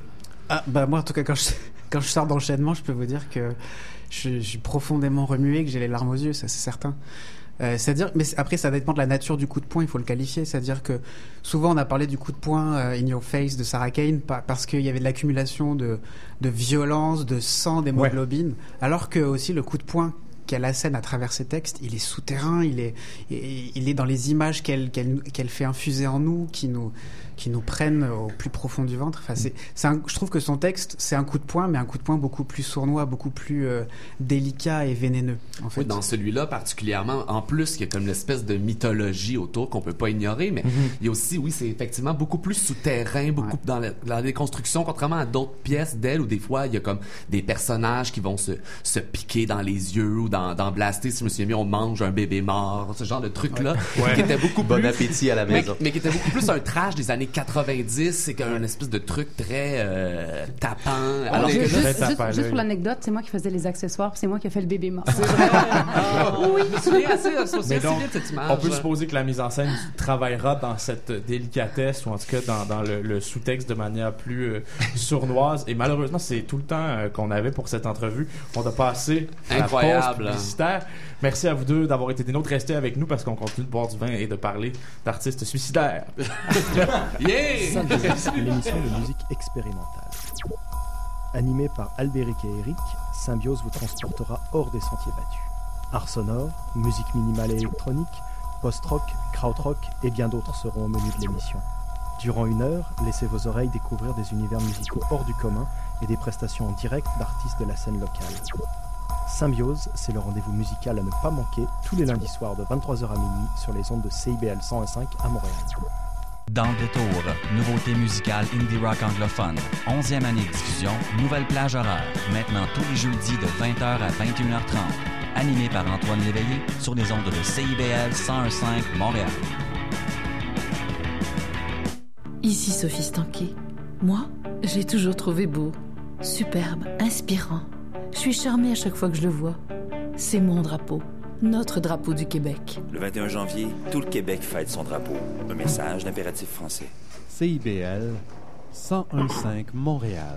Ah, bah, moi, en tout cas, quand je, quand je sors d'enchaînement, je peux vous dire que je, je suis profondément remué, que j'ai les larmes aux yeux, ça, c'est certain. Euh, c'est-à-dire, mais après, ça dépend de la nature du coup de poing, il faut le qualifier. C'est-à-dire que souvent, on a parlé du coup de poing euh, in your face de Sarah Kane pa- parce qu'il y avait de l'accumulation de, de violence, de sang, d'hémoglobine, ouais. Alors que aussi le coup de poing qu'elle assène à travers ses textes, il est souterrain, il est, il est dans les images qu'elle, qu'elle, qu'elle fait infuser en nous, qui nous, qui nous prennent au plus profond du ventre. Enfin, c'est, c'est un, je trouve que son texte, c'est un coup de poing, mais un coup de poing beaucoup plus sournois, beaucoup plus euh, délicat et vénéneux. En fait. Oui, dans celui-là particulièrement, en plus, il y a comme l'espèce de mythologie autour qu'on peut pas ignorer, mais mm-hmm. il y a aussi, oui, c'est effectivement beaucoup plus souterrain, beaucoup ouais. dans, la, dans la déconstruction, contrairement à d'autres pièces d'elle, où des fois, il y a comme des personnages qui vont se, se piquer dans les yeux ou dans, dans Blasté, si je me souviens bien, on mange un bébé mort, ce genre de truc-là, ouais. qui était beaucoup bon plus... appétit à la maison. Mais, mais qui était beaucoup plus un trash des années quatre-vingt-dix, c'est qu'un espèce de truc très euh, tapant. Alors Alors juste, que juste, là, juste, juste pour l'anecdote, c'est moi qui faisais les accessoires, c'est moi qui ai fait le bébé mort. C'est vrai. Oui, tu l'es assez associé Mais assez donc, vite cette image. on peut supposer que la mise en scène travaillera dans cette délicatesse, ou en tout cas dans, dans le, le sous-texte de manière plus euh, sournoise. Et malheureusement, c'est tout le temps euh, qu'on avait pour cette entrevue. On a passé à la pause Incroyable. publicitaire. Merci à vous deux d'avoir été des nôtres. Restez avec nous parce qu'on continue de boire du vin et de parler d'artistes suicidaires. Yeah! Symbiose, l'émission de musique expérimentale. Animée par Albéric et Eric, Symbiose vous transportera hors des sentiers battus. Art sonore, musique minimale et électronique, post-rock, krautrock et bien d'autres seront au menu de l'émission. Durant une heure, laissez vos oreilles découvrir des univers musicaux hors du commun et des prestations en direct d'artistes de la scène locale. Symbiose, c'est le rendez-vous musical à ne pas manquer tous les lundis soirs de vingt-trois heures à minuit sur les ondes de C I B L cent un virgule cinq à Montréal. Dans le détour, nouveauté musicale indie rock anglophone. onzième année de diffusion, nouvelle plage horaire. Maintenant tous les jeudis de vingt heures à vingt et une heures trente. Animé par Antoine Léveillé sur les ondes de C I B L cent un virgule cinq Montréal. Ici Sophie Stanquet. Moi, je l'ai toujours trouvé beau, superbe, inspirant. Je suis charmée à chaque fois que je le vois. C'est mon drapeau, notre drapeau du Québec. Le vingt et un janvier, tout le Québec fête son drapeau. Un message d'impératif français. C I B L cent un virgule cinq Montréal.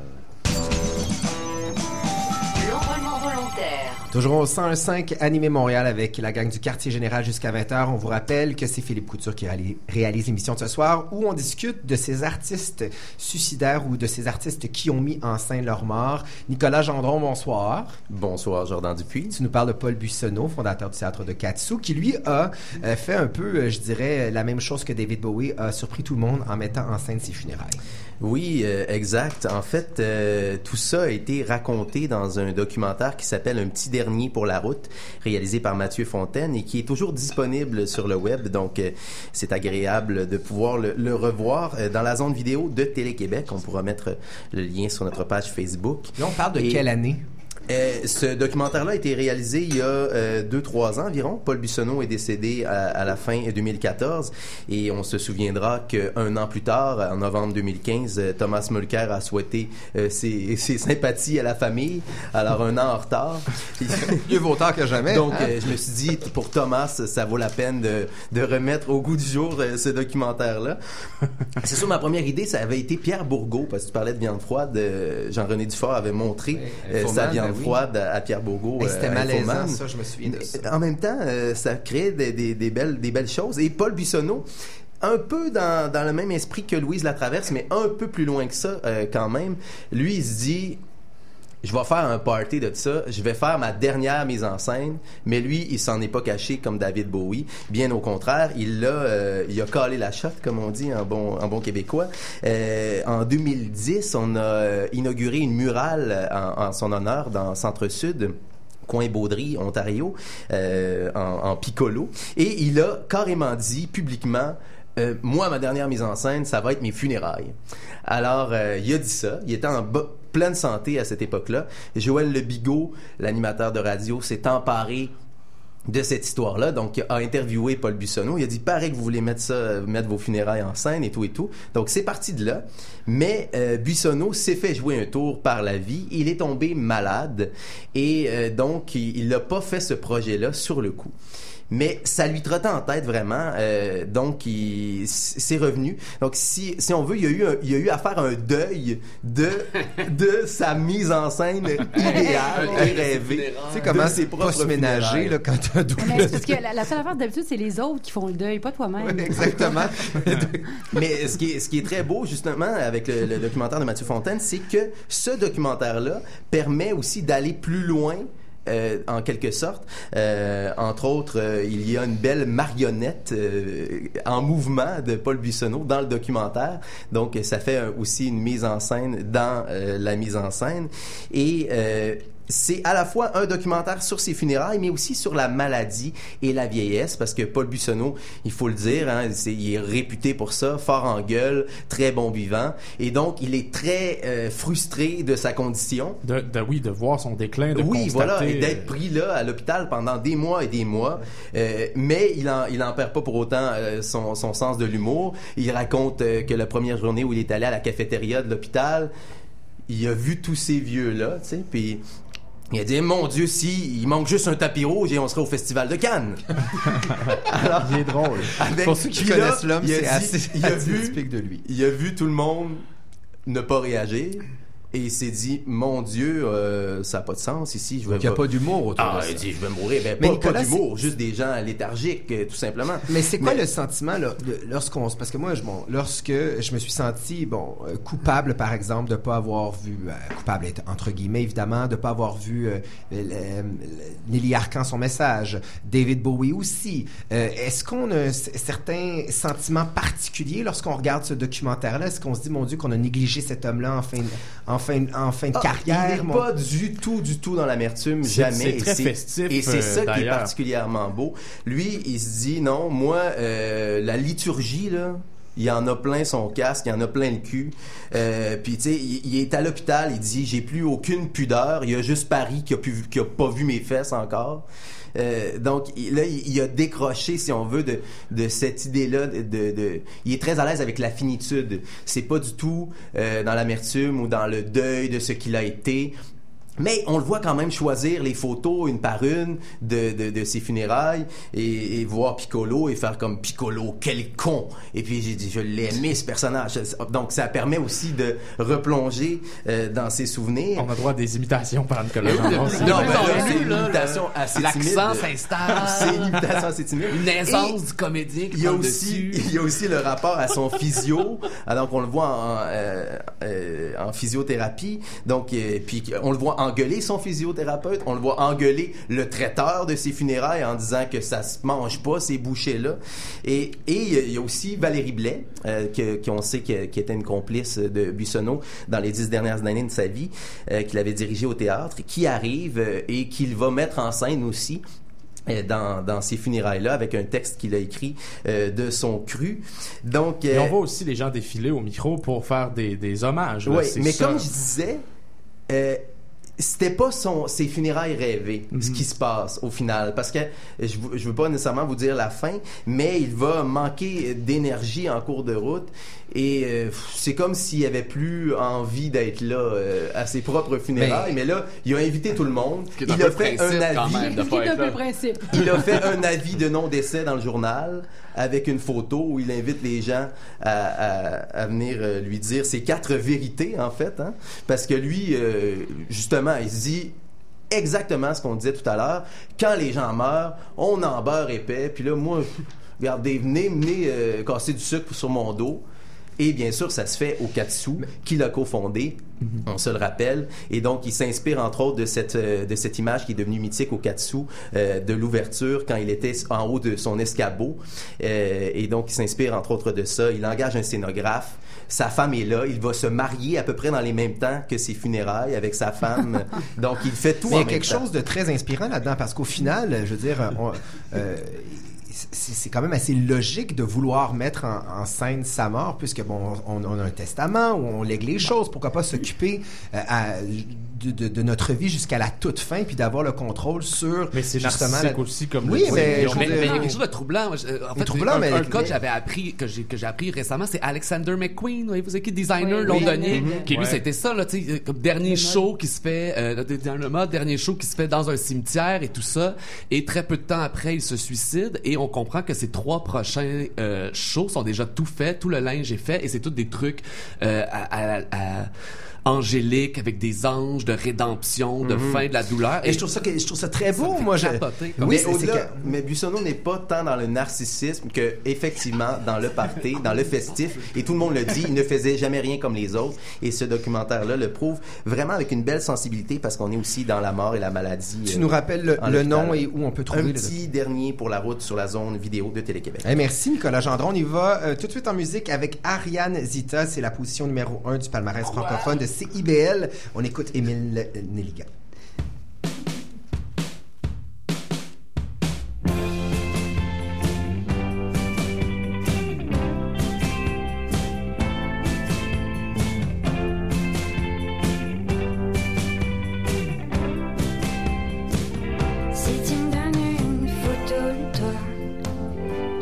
L'envolement volontaire. Toujours au cent un virgule cinq Animé Montréal avec la gang du Quartier Général jusqu'à vingt heures. On vous rappelle que c'est Philippe Couture qui réalise, réalise l'émission de ce soir où on discute de ces artistes suicidaires ou de ces artistes qui ont mis en scène leur mort. Nicolas Gendron, bonsoir. Bonsoir, Jordan Dupuis. Tu nous parles de Paul Buissonneau, fondateur du théâtre de Katsu, qui lui a euh, fait un peu, euh, je dirais, la même chose que David Bowie, a surpris tout le monde en mettant en scène ses funérailles. Oui, euh, exact. En fait, euh, tout ça a été raconté dans un documentaire qui s'appelle Un petit dernier pour la route, réalisé par Mathieu Fontaine et qui est toujours disponible sur le web. Donc, euh, c'est agréable de pouvoir le, le revoir euh, dans la zone vidéo de Télé-Québec. On pourra mettre le lien sur notre page Facebook. Là, on parle de et... quelle année? Euh, ce documentaire-là a été réalisé il y a euh, deux, trois ans environ. Paul Buissonneau est décédé à, à la fin deux mille quatorze et on se souviendra qu'un an plus tard, en novembre deux mille quinze, Thomas Mulcair a souhaité euh, ses, ses sympathies à la famille. Alors, un an en retard. Mieux vaut tard que jamais. Donc, hein? euh, je me suis dit, pour Thomas, ça vaut la peine de, de remettre au goût du jour euh, ce documentaire-là. C'est sûr, ma première idée, ça avait été Pierre Bourgault, parce que tu parlais de viande froide. Euh, Jean-René Dufort avait montré euh, sa viande oui. froide à Pierre Bourgault. Et c'était euh, malaisant, Infoman. ça, je me souviens de ça. En même temps, euh, ça crée des, des, des, belles, des belles choses. Et Paul Buissonneau, un peu dans, dans le même esprit que Louise Latraverse, mais un peu plus loin que ça euh, quand même. Lui, il se dit... Je vais faire un party de ça. Je vais faire ma dernière mise en scène. Mais lui, il s'en est pas caché comme David Bowie. Bien au contraire, il l'a, euh, il a calé la shot, comme on dit en bon, en bon québécois. Euh, en deux mille dix, on a inauguré une murale en, en son honneur dans Centre-Sud. Coin Baudry, Ontario, euh, en, en piccolo. Et il a carrément dit publiquement... Euh, moi, ma dernière mise en scène, ça va être mes funérailles. Alors, euh, il a dit ça. Il était en bas, pleine santé à cette époque-là. Joël Le Bigot, l'animateur de radio, s'est emparé de cette histoire-là. Donc, il a interviewé Paul Buissonneau. Il a dit, paraît que vous voulez mettre ça, mettre vos funérailles en scène et tout et tout. Donc, c'est parti de là. Mais euh, Buissonneau s'est fait jouer un tour par la vie. Il est tombé malade. Et euh, donc, il n'a pas fait ce projet-là sur le coup. Mais ça lui trottait en tête vraiment, euh, donc il, c'est revenu. Donc si, si on veut, il y a eu, un, il y a eu à faire un deuil de, de sa mise en scène idéale et rêvée. Tu sais comment c'est pas se ménager là, quand tu as double. Mais c'est parce que la, la seule affaire d'habitude, c'est les autres qui font le deuil, pas toi-même. Oui, exactement. Mais ce qui, est, ce qui est très beau justement avec le, le documentaire de Mathieu Fontaine, c'est que ce documentaire-là permet aussi d'aller plus loin. Euh, en quelque sorte. Euh, entre autres, euh, il y a une belle marionnette euh, en mouvement de Paul Buissonneau dans le documentaire. Donc, ça fait euh, aussi une mise en scène dans euh, la mise en scène. Et euh, c'est à la fois un documentaire sur ses funérailles, mais aussi sur la maladie et la vieillesse, parce que Paul Buissonneau, il faut le dire, hein, c'est, il est réputé pour ça, fort en gueule, très bon vivant, et donc il est très euh, frustré de sa condition. De, de, oui, de voir son déclin, de oui, constater... voilà, et d'être pris là à l'hôpital pendant des mois et des mois, euh, mais il en, il en perd pas pour autant euh, son, son sens de l'humour. Il raconte euh, que la première journée où il est allé à la cafétéria de l'hôpital, il a vu tous ces vieux-là, tu sais, puis il a dit, mon Dieu, si il manque juste un tapis rouge et on serait au Festival de Cannes. Alors, il est drôle. Avec, pour ceux qui là, connaissent l'homme, c'est dit, assez, il a assez vu, typique de lui. Il a vu tout le monde ne pas réagir. Et il s'est dit, mon Dieu, euh, ça n'a pas de sens ici. Je vais il n'y a pas d'humour autour ah, de ça. Il dit, je vais mourir. Ben, mais pas, Nicolas, pas d'humour, juste des gens léthargiques, euh, tout simplement. Mais c'est quoi mais... le sentiment là, de, lorsqu'on... Parce que moi, je, bon, lorsque je me suis senti bon, euh, coupable, par exemple, de ne pas avoir vu... Euh, coupable, entre guillemets, évidemment, de ne pas avoir vu euh, Nelly Arcan, son message, David Bowie aussi. Euh, est-ce qu'on a c- certains sentiments particuliers lorsqu'on regarde ce documentaire-là? Est-ce qu'on se dit, mon Dieu, qu'on a négligé cet homme-là en fin, en fin, en fin de Ah, carrière? il n'est mon... pas du tout, du tout dans l'amertume, c'est, jamais. C'est très et c'est, festif. Et c'est ça euh, qui est d'ailleurs. particulièrement beau. Lui, il se dit, non, moi, euh, la liturgie, là, il y en a plein son casque, il y en a plein le cul. Euh, puis tu sais, il, il est à l'hôpital, il dit, j'ai plus aucune pudeur. Il y a juste Paris qui a, pu, qui a pas vu mes fesses encore. Euh, donc il, là, il, il a décroché, si on veut, de, de cette idée-là. De, de, de, il est très à l'aise avec la finitude. C'est pas du tout euh, dans l'amertume ou dans le deuil de ce qu'il a été. Mais on le voit quand même choisir les photos une par une de, de, de ses funérailles et, et voir Piccolo et faire comme Piccolo, quel con! Et puis j'ai dit, je l'ai aimé ce personnage. Donc ça permet aussi de replonger euh, dans ses souvenirs. On a droit à des imitations par Nicolas Oui, Gendron. de plus Non, en ben plus, là, on c'est a une là, imitation assez timide. l'accent s'installe. C'est une imitation assez timide. Une naissance Et du comédien qui il y a prend aussi, dessus. il y a aussi le rapport à son physio. Ah, donc on le voit en, euh, euh, en physiothérapie. Donc euh, puis on le voit engueuler son physiothérapeute. On le voit engueuler le traiteur de ses funérailles en disant que ça se mange pas ces bouchées-là. Et et il y a aussi Valérie Blais, euh, que qu'on sait qui, qui était une complice de Buissonneau dans les dix dernières années de sa vie, euh, qu'il avait dirigé au théâtre, qui arrive euh, et qu'il va mettre en scène aussi dans, dans ces funérailles-là, avec un texte qu'il a écrit euh, de son cru. Donc, Et euh, on voit aussi les gens défiler au micro pour faire des, des hommages. oui, mais ça. comme je disais, euh, c'était pas son, ses funérailles rêvées, mm-hmm. ce qui se passe au final, parce que je, je veux pas nécessairement vous dire la fin, mais il va manquer d'énergie en cours de route. Et euh, c'est comme s'il avait plus envie d'être là euh, à ses propres funérailles, mais, mais là, il a invité tout le monde. Il a fait un avis. Même, de pas être là. Principe. Il a fait un avis de non-décès dans le journal avec une photo où il invite les gens à, à, à venir euh, lui dire ses quatre vérités, en fait, hein, parce que lui, euh, justement, il se dit exactement ce qu'on disait tout à l'heure. Quand les gens meurent, on en beurre épais. Puis là, moi, regardez, venez, venez euh, casser du sucre sur mon dos. Et bien sûr, ça se fait au Katsu, qu'il a cofondé, mm-hmm. on se le rappelle. Et donc, il s'inspire entre autres de cette, euh, de cette image qui est devenue mythique au Katsu, euh, de l'ouverture quand il était en haut de son escabeau. Euh, et donc, il s'inspire entre autres de ça. Il engage un scénographe. Sa femme est là. Il va se marier à peu près dans les mêmes temps que ses funérailles avec sa femme. Donc, il fait tout Mais en il y a même quelque temps. chose de très inspirant là-dedans, parce qu'au final, je veux dire... On, euh, C'est, c'est quand même assez logique de vouloir mettre en, en scène sa mort, puisque bon, on, on a un testament où on lègue les choses. Pourquoi pas s'occuper euh, à, de, de, de notre vie jusqu'à la toute fin, puis d'avoir le contrôle sur. Mais c'est justement narcissique la... aussi, comme oui, le mais, mais, mais il y a quelque chose de troublant. En fait, troublant, un, mais un mais... cas que j'avais appris, que j'ai, que j'ai appris récemment, c'est Alexander McQueen. Vous savez qui est designer oui, londonien, oui, qui lui, ouais. c'était ça, là, tu sais, comme dernier le show mode. qui se fait, euh, dans le mode dernier show qui se fait dans un cimetière et tout ça. Et très peu de temps après, il se suicide et on comprend que ces trois prochains euh, shows sont déjà tout faits, tout le linge est fait et c'est tous des trucs euh, à, à, à angélique avec des anges de rédemption, de mm-hmm. fin de la douleur. Et, et je trouve ça que, je trouve ça très beau, moi. Je... Oui, mais, c'est, c'est que... mais Buissonneau n'est pas tant dans le narcissisme que effectivement dans le party, dans le festif. Et tout le monde le dit, il ne faisait jamais rien comme les autres. Et ce documentaire-là le prouve vraiment avec une belle sensibilité parce qu'on est aussi dans la mort et la maladie. Tu euh, nous rappelles le, le nom et où on peut trouver un le... petit dernier pour la route sur la zone vidéo de Télé-Québec. Hey, merci Nicolas Gendron. On y va euh, tout de suite en musique avec Ariane Zita. C'est la position numéro un du palmarès francophone de C I B L. On écoute Émile Nelligan.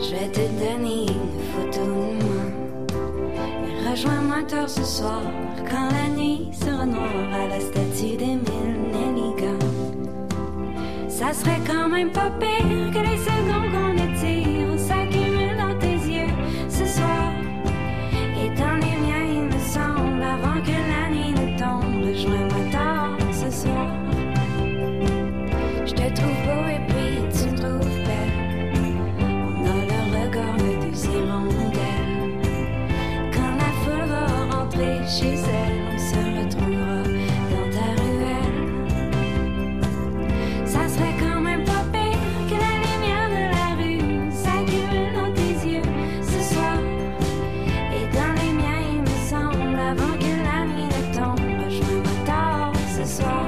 Je vais te donner une photo de moi. Et rejoins-moi tard ce soir, quand la nuit sera noire, à la statue d'Émile Nelligan. Ça serait quand même pas pire que les secondes qu'on étire s'accumulent dans tes yeux ce soir. Et dans les miens, il me semble, avant que la nuit ne tombe, rejoins-moi tard ce soir. Je te trouve beau et puis tu me trouves belle. On a le regard de deux hirondelles. Quand la foule va rentrer chez elle, on se retrouvera dans ta ruelle. Ça serait quand même pas pire que la lumière de la rue s'accumule dans tes yeux ce soir. Et dans les miens, il me semble, avant que la nuit ne tombe, rejoins-moi tard ce soir.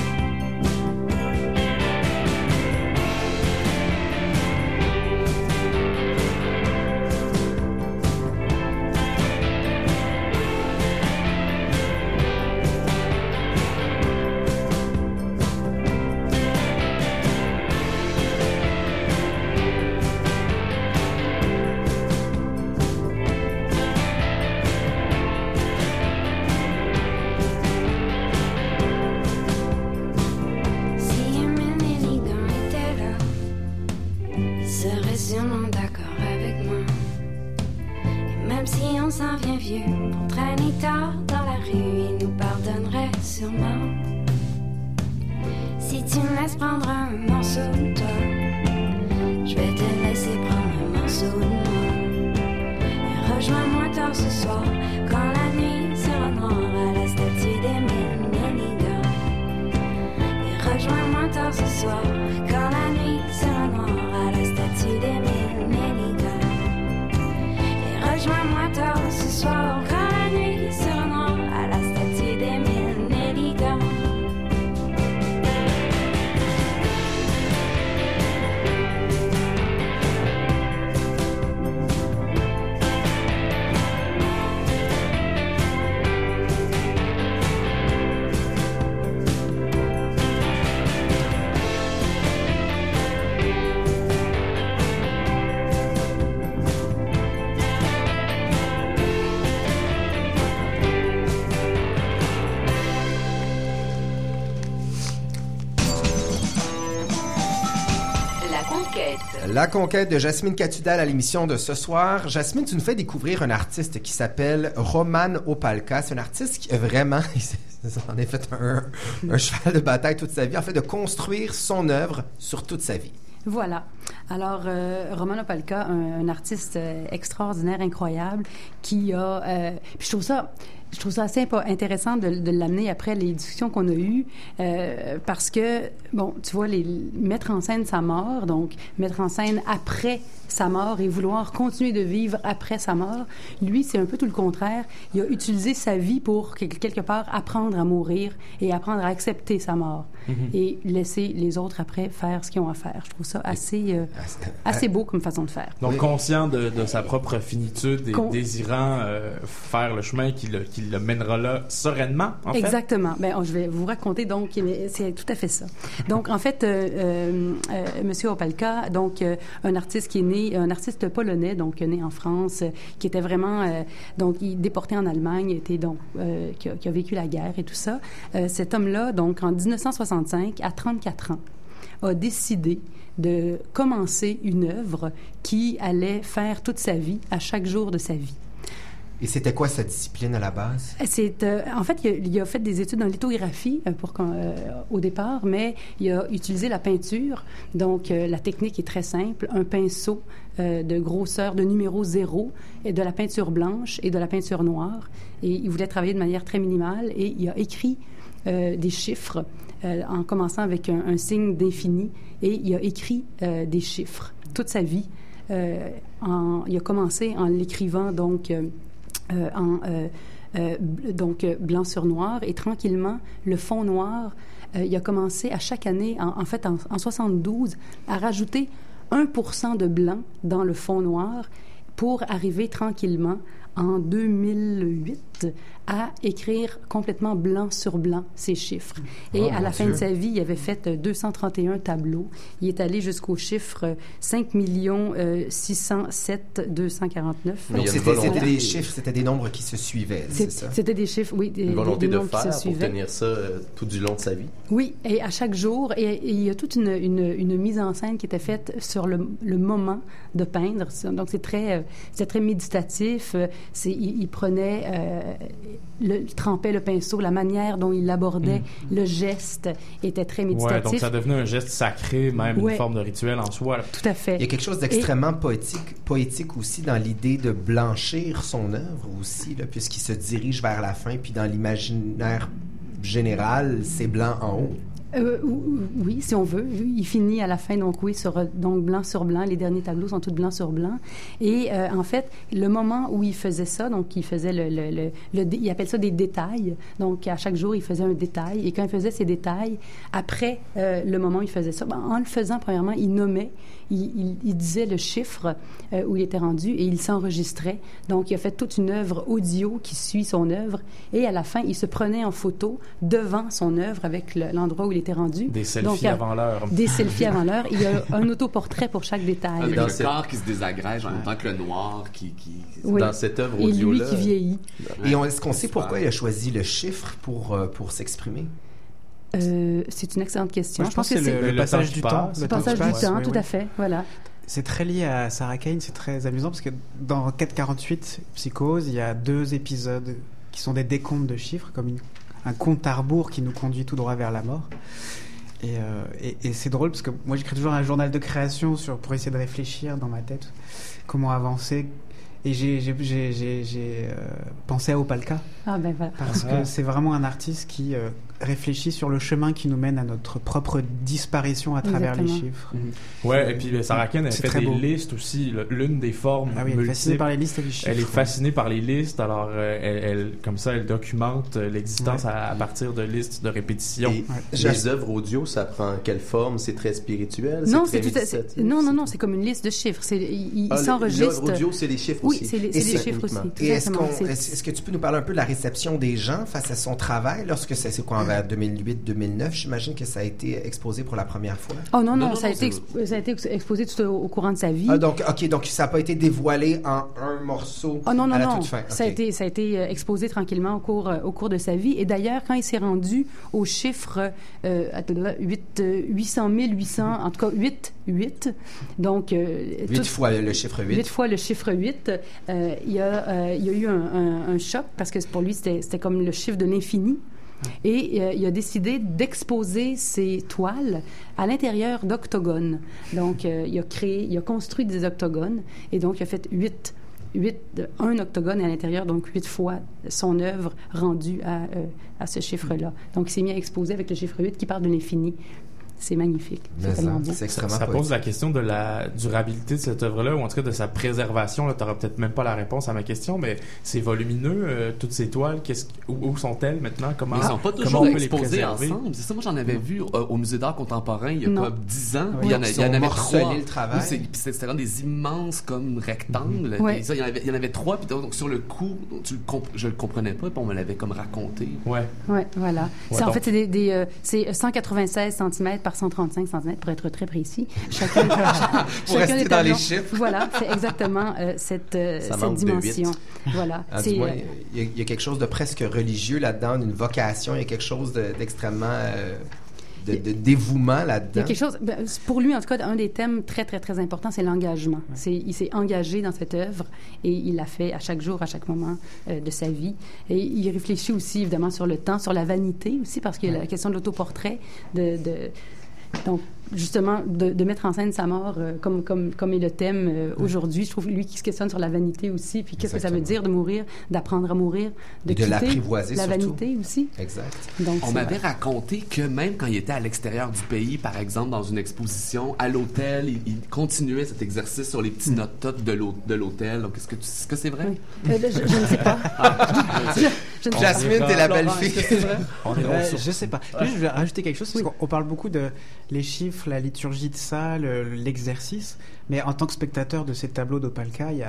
Si Émile Nelligan était là, il serait sûrement d'accord avec moi. Et même si on s'en vient vieux pour traîner tard dans la rue, il nous pardonnerait sûrement. Si tu me laisses prendre un morceau de toi, je vais te laisser prendre un morceau de moi. Et rejoins-moi tard ce soir, quand la nuit sera noire, à la statue d'Émile Nelligan. Et rejoins-moi tard ce soir, quand la nuit sera noire, à la statue d'Émile Nelligan. Et rejoins-moi tard ce soir, quand la nuit sera noire, à la statue d'Émile Nelligan. La conquête. La conquête de Jasmine Catudal à l'émission de ce soir. Jasmine, tu nous fais découvrir un artiste qui s'appelle Roman Opalka. C'est un artiste qui a vraiment, en a fait un, un cheval de bataille toute sa vie, en fait, de construire son œuvre sur toute sa vie. Voilà. Alors, euh, Roman Opalka, un, un artiste euh, extraordinaire, incroyable, qui a... Euh, puis je trouve ça... Je trouve ça assez impo- intéressant de, de l'amener après les discussions qu'on a eues, euh, parce que, bon, tu vois, les, mettre en scène sa mort, donc mettre en scène après sa mort et vouloir continuer de vivre après sa mort, lui, c'est un peu tout le contraire. Il a utilisé sa vie pour, quelque part, apprendre à mourir et apprendre à accepter sa mort mm-hmm. et laisser les autres, après, faire ce qu'ils ont à faire. Je trouve ça assez, euh, assez beau comme façon de faire. Donc, oui. conscient de, de sa propre finitude et Con... désirant euh, faire le chemin qui le, qui le mènera là sereinement, en fait. Exactement. Ben, je vais vous raconter, donc, c'est tout à fait ça. Donc, en fait, euh, euh, euh, Monsieur Opalka, donc, euh, un artiste qui est né, un artiste polonais, donc, né en France, euh, qui était vraiment, euh, donc, il, déporté en Allemagne, était, donc, euh, qui, a, qui a vécu la guerre et tout ça. Euh, cet homme-là, donc, en dix-neuf cent soixante-cinq, à trente-quatre ans, a décidé de commencer une œuvre qui allait faire toute sa vie, à chaque jour de sa vie. Et c'était quoi sa discipline à la base? C'est, euh, en fait, il a, il a fait des études en lithographie euh, pour, euh, au départ, mais il a utilisé la peinture. Donc, euh, la technique est très simple. Un pinceau euh, de grosseur de numéro zéro, et de la peinture blanche et de la peinture noire. Et il voulait travailler de manière très minimale et il a écrit euh, des chiffres euh, en commençant avec un, un signe d'infini, et il a écrit euh, des chiffres toute sa vie. Euh, en, il a commencé en l'écrivant, donc... Euh, Euh, en, euh, euh, donc euh, blanc sur noir, et tranquillement, le fond noir, euh, il a commencé à chaque année, en, en fait en, en soixante-douze, à rajouter un pour cent de blanc dans le fond noir pour arriver tranquillement en deux mille huit à écrire complètement blanc sur blanc ces chiffres. Et Oh, à la mon fin Dieu. de sa vie, il avait fait deux cent trente et un tableaux. Il est allé jusqu'au chiffre cinq millions six cent sept mille deux cent quarante-neuf. Donc, c'était, c'était des chiffres, c'était des nombres qui se suivaient, c'est, C'est- ça? C'était des chiffres, oui, des, Une volonté des de nombres qui faire se pour suivaient. tenir ça euh, tout du long de sa vie. Oui, et à chaque jour, et, et il y a toute une, une, une mise en scène qui était faite sur le, le moment de peindre. Donc c'est très, euh, c'était très méditatif. Euh, C'est, il, il prenait, euh, le, il trempait le pinceau, la manière dont il l'abordait, Mm. le geste était très méditatif. Ouais, donc ça devenait un geste sacré, même Ouais. une forme de rituel en soi. là. Tout à fait. Il y a quelque chose d'extrêmement poétique, poétique aussi dans l'idée de blanchir son œuvre aussi, là, puisqu'il se dirige vers la fin, puis dans l'imaginaire général, c'est blanc en haut. Euh, oui, si on veut. Il finit à la fin, donc oui, sur, donc blanc sur blanc. Les derniers tableaux sont tous blanc sur blanc. Et euh, en fait, le moment où il faisait ça, donc il faisait le, le, le, le dé- il appelle ça des détails. Donc à chaque jour, il faisait un détail. Et quand il faisait ces détails, après euh, le moment où il faisait ça, ben, en le faisant, premièrement, il nommait, il, il, il disait le chiffre euh, où il était rendu et il s'enregistrait. Donc il a fait toute une œuvre audio qui suit son œuvre. Et à la fin, il se prenait en photo devant son œuvre avec le- l'endroit où il était rendu. Des selfies Donc, à- avant l'heure. Des selfies avant l'heure. Il y a un autoportrait pour chaque détail. Avec dans le cette- corps qui se désagrège en même temps que le noir qui... qui... Oui. Dans cette œuvre Et lui audio-là. qui vieillit. Et on, est-ce qu'on sait Super. pourquoi il a choisi le chiffre pour, euh, pour s'exprimer? Euh, c'est une excellente question. Moi, je pense que c'est le, le le passage temps du qui temps. passe. le passage du passe, temps, oui, tout oui. à fait. Voilà. C'est très lié à Sarah Kane, c'est très amusant parce que dans quatre quarante-huit Psychose, il y a deux épisodes qui sont des décomptes de chiffres, comme une- un compte à rebours qui nous conduit tout droit vers la mort. Et, euh, et, et c'est drôle parce que moi j'écris toujours un journal de création sur, pour essayer de réfléchir dans ma tête comment avancer. Et j'ai, j'ai, j'ai, j'ai, j'ai euh, pensé à Opalka Ah ben voilà. parce que c'est vraiment un artiste qui euh, réfléchit sur le chemin qui nous mène à notre propre disparition à travers les Exactement. chiffres. Ouais, et puis euh, Sarah Kane, elle C'est fait très des beau. listes aussi. le- L'une des formes Ah oui, elle est fascinée multiples. par les listes et les chiffres. Elle est fascinée par les listes, alors euh, elle, elle- comme ça, elle documente euh, l'existence Ouais. à, à partir de listes de répétition. Et les œuvres audio, ça prend quelle forme? C'est très spirituel? Non, c'est c'est très tout à- c'est- méditatif? non, non, non, c'est comme une liste de chiffres. C'est, il il Ah, s'enregistre. l'œuvre audio, c'est les chiffres Oui, aussi. c'est les, Et c'est les c'est chiffres aussi. uniquement. tout Et est-ce, simplement. qu'on, C'est- est-ce, est-ce que tu peux nous parler un peu de la réception des gens face à son travail lorsque c'est, c'est quoi, vers deux mille huit deux mille neuf, j'imagine que ça a été exposé pour la première fois? Oh non, non, Non, non, ça, a non, été c'est- exp- ça a été ex- exposé tout au, au courant de sa vie. Ah, donc, OK, donc ça n'a pas été dévoilé en un morceau Oh non, non, à la non. toute fin. Ça, a OK. été, ça a été euh, exposé tranquillement au cours, euh, au cours de sa vie. Et d'ailleurs, quand il s'est rendu au chiffre euh, attends, huit, euh, huit cent mille huit cents, en tout cas huit, huit, donc... Euh, Huit tout- fois le, le chiffre huit. Huit fois le chiffre huit. Euh, il, y a, euh, il y a eu un, un- un choc parce que pour lui, c'était, c'était comme le chiffre de l'infini. Et euh, il a décidé d'exposer ses toiles à l'intérieur d'octogones. Donc, euh, il a créé, il a construit des octogones et donc il a fait huit, huit, un octogone à l'intérieur, donc huit fois son œuvre rendue à, euh, à ce chiffre-là. Donc, il s'est mis à exposer avec le chiffre huit qui parle de l'infini. C'est magnifique. C'est Mais tellement ça, beau. c'est extrêmement Ça pose poétique. la question de la durabilité de cette œuvre-là, ou en tout cas de sa préservation. Tu n'auras peut-être même pas la réponse à ma question, mais c'est volumineux, euh, toutes ces toiles. Qu'est-ce, où, où sont-elles maintenant? Comment, Mais ils sont pas comment toujours on peut les exposés préserver? ensemble. C'est ça, moi j'en avais vu euh, au Musée d'art contemporain il y a Non. comme dix ans. Oui. Il y en, a- Ils il y en ont avait morcelé trois. le travail. Oui, c'est- puis c'était vraiment des immenses comme rectangles. Ouais. Et ça, il y en avait, il y en avait trois. Puis donc sur le coup, tu le comp- je le comprenais pas. Puis on me l'avait comme raconté. Ouais. Oui, voilà. Ouais, c'est, en donc- fait, c'est, des, des, euh, c'est cent quatre-vingt-seize centimètres par cent trente-cinq centimètres, pour être très précis. Chacun, Pour chacun rester des dans les tableaux. chiffres. Voilà, c'est exactement euh, cette, euh, Ça cette manque de dimension. huit. Voilà. Ah, c'est, du moins, euh, il y, a, il y a quelque chose de presque religieux là-dedans, d'une vocation, il y a quelque chose de- d'extrêmement... euh, de, de dévouement il y là-dedans. a quelque chose, ben, pour lui, en tout cas, un des thèmes très, très, très importants, c'est l'engagement. C'est, il s'est engagé dans cette œuvre et il l'a fait à chaque jour, à chaque moment euh, de sa vie. Et il réfléchit aussi, évidemment, sur le temps, sur la vanité aussi, parce qu'il y a la question de l'autoportrait, de... de donc, justement, de, de mettre en scène sa mort euh, comme, comme, comme est le thème euh, aujourd'hui. Je trouve, lui, qui se questionne sur la vanité aussi, puis qu'est-ce que ça veut dire de mourir, d'apprendre à mourir, de Et de quitter l'apprivoiser la surtout. vanité aussi. Exact. Donc, On c'est m'avait vrai. raconté que même quand il était à l'extérieur du pays, par exemple dans une exposition, à l'hôtel, il, il continuait cet exercice sur les petits notes de, l'hô- de l'hôtel. Donc est-ce que, tu- est-ce que c'est vrai? Oui. Euh, je, je ne sais pas. je, je ne sais Jasmine, t'es la belle fille. On est Euh, sur- je sais pas. Juste, je vais rajouter quelque chose, parce qu'on on parle beaucoup de les chiffres, la liturgie de ça, le- l'exercice, mais en tant que spectateur de ces tableaux d'Opalka, il y a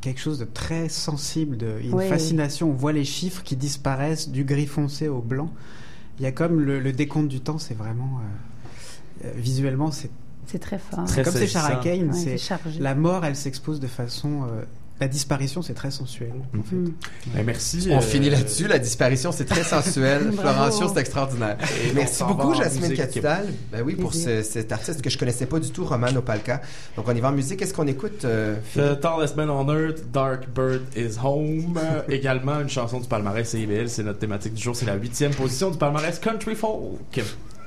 quelque chose de très sensible, de, une Oui. fascination. On voit les chiffres qui disparaissent du gris foncé au blanc. Il y a comme le, le décompte du temps, c'est vraiment... Euh, euh, visuellement, c'est... C'est très fort. C'est comme c'est Shara Kane, Ouais, c'est, c'est chargé. la mort, elle s'expose de façon... Euh, la disparition, c'est très sensuel, en fait. Mm. Ben, merci. On euh, finit là-dessus. La disparition, c'est très sensuel. Bravo. Florencio, c'est extraordinaire. Et on Merci s'en va beaucoup, en Jasmine musique. Capital. Ben oui, pour ce, cet artiste que je connaissais pas du tout, Roman Opalka. Donc, on y va en musique. Qu'est-ce qu'on écoute, euh, Philippe? The Tallest Man on Earth, Dark Bird is Home. Euh, également, une chanson du palmarès C I B L. C'est notre thématique du jour. C'est la huitième position du palmarès Country Folk.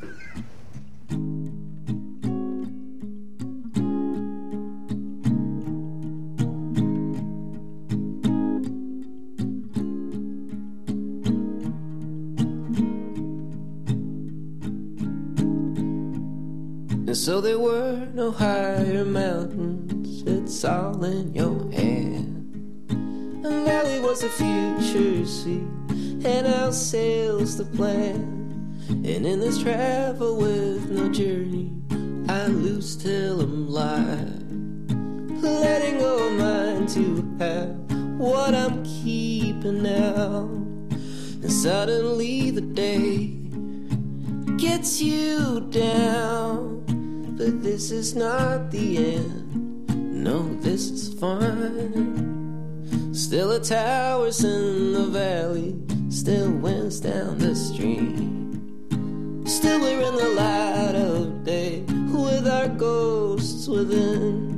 And so there were no higher mountains, it's all in your hand. A valley was the future sea, and our sails the plan. And in this travel with no journey, I lose till I'm live. Letting go of mine to have what I'm keeping now. And suddenly the day gets you down. But this is not the end. No, this is fun. Still the towers in the valley, still winds down the stream. Still we're in the light of day with our ghosts within.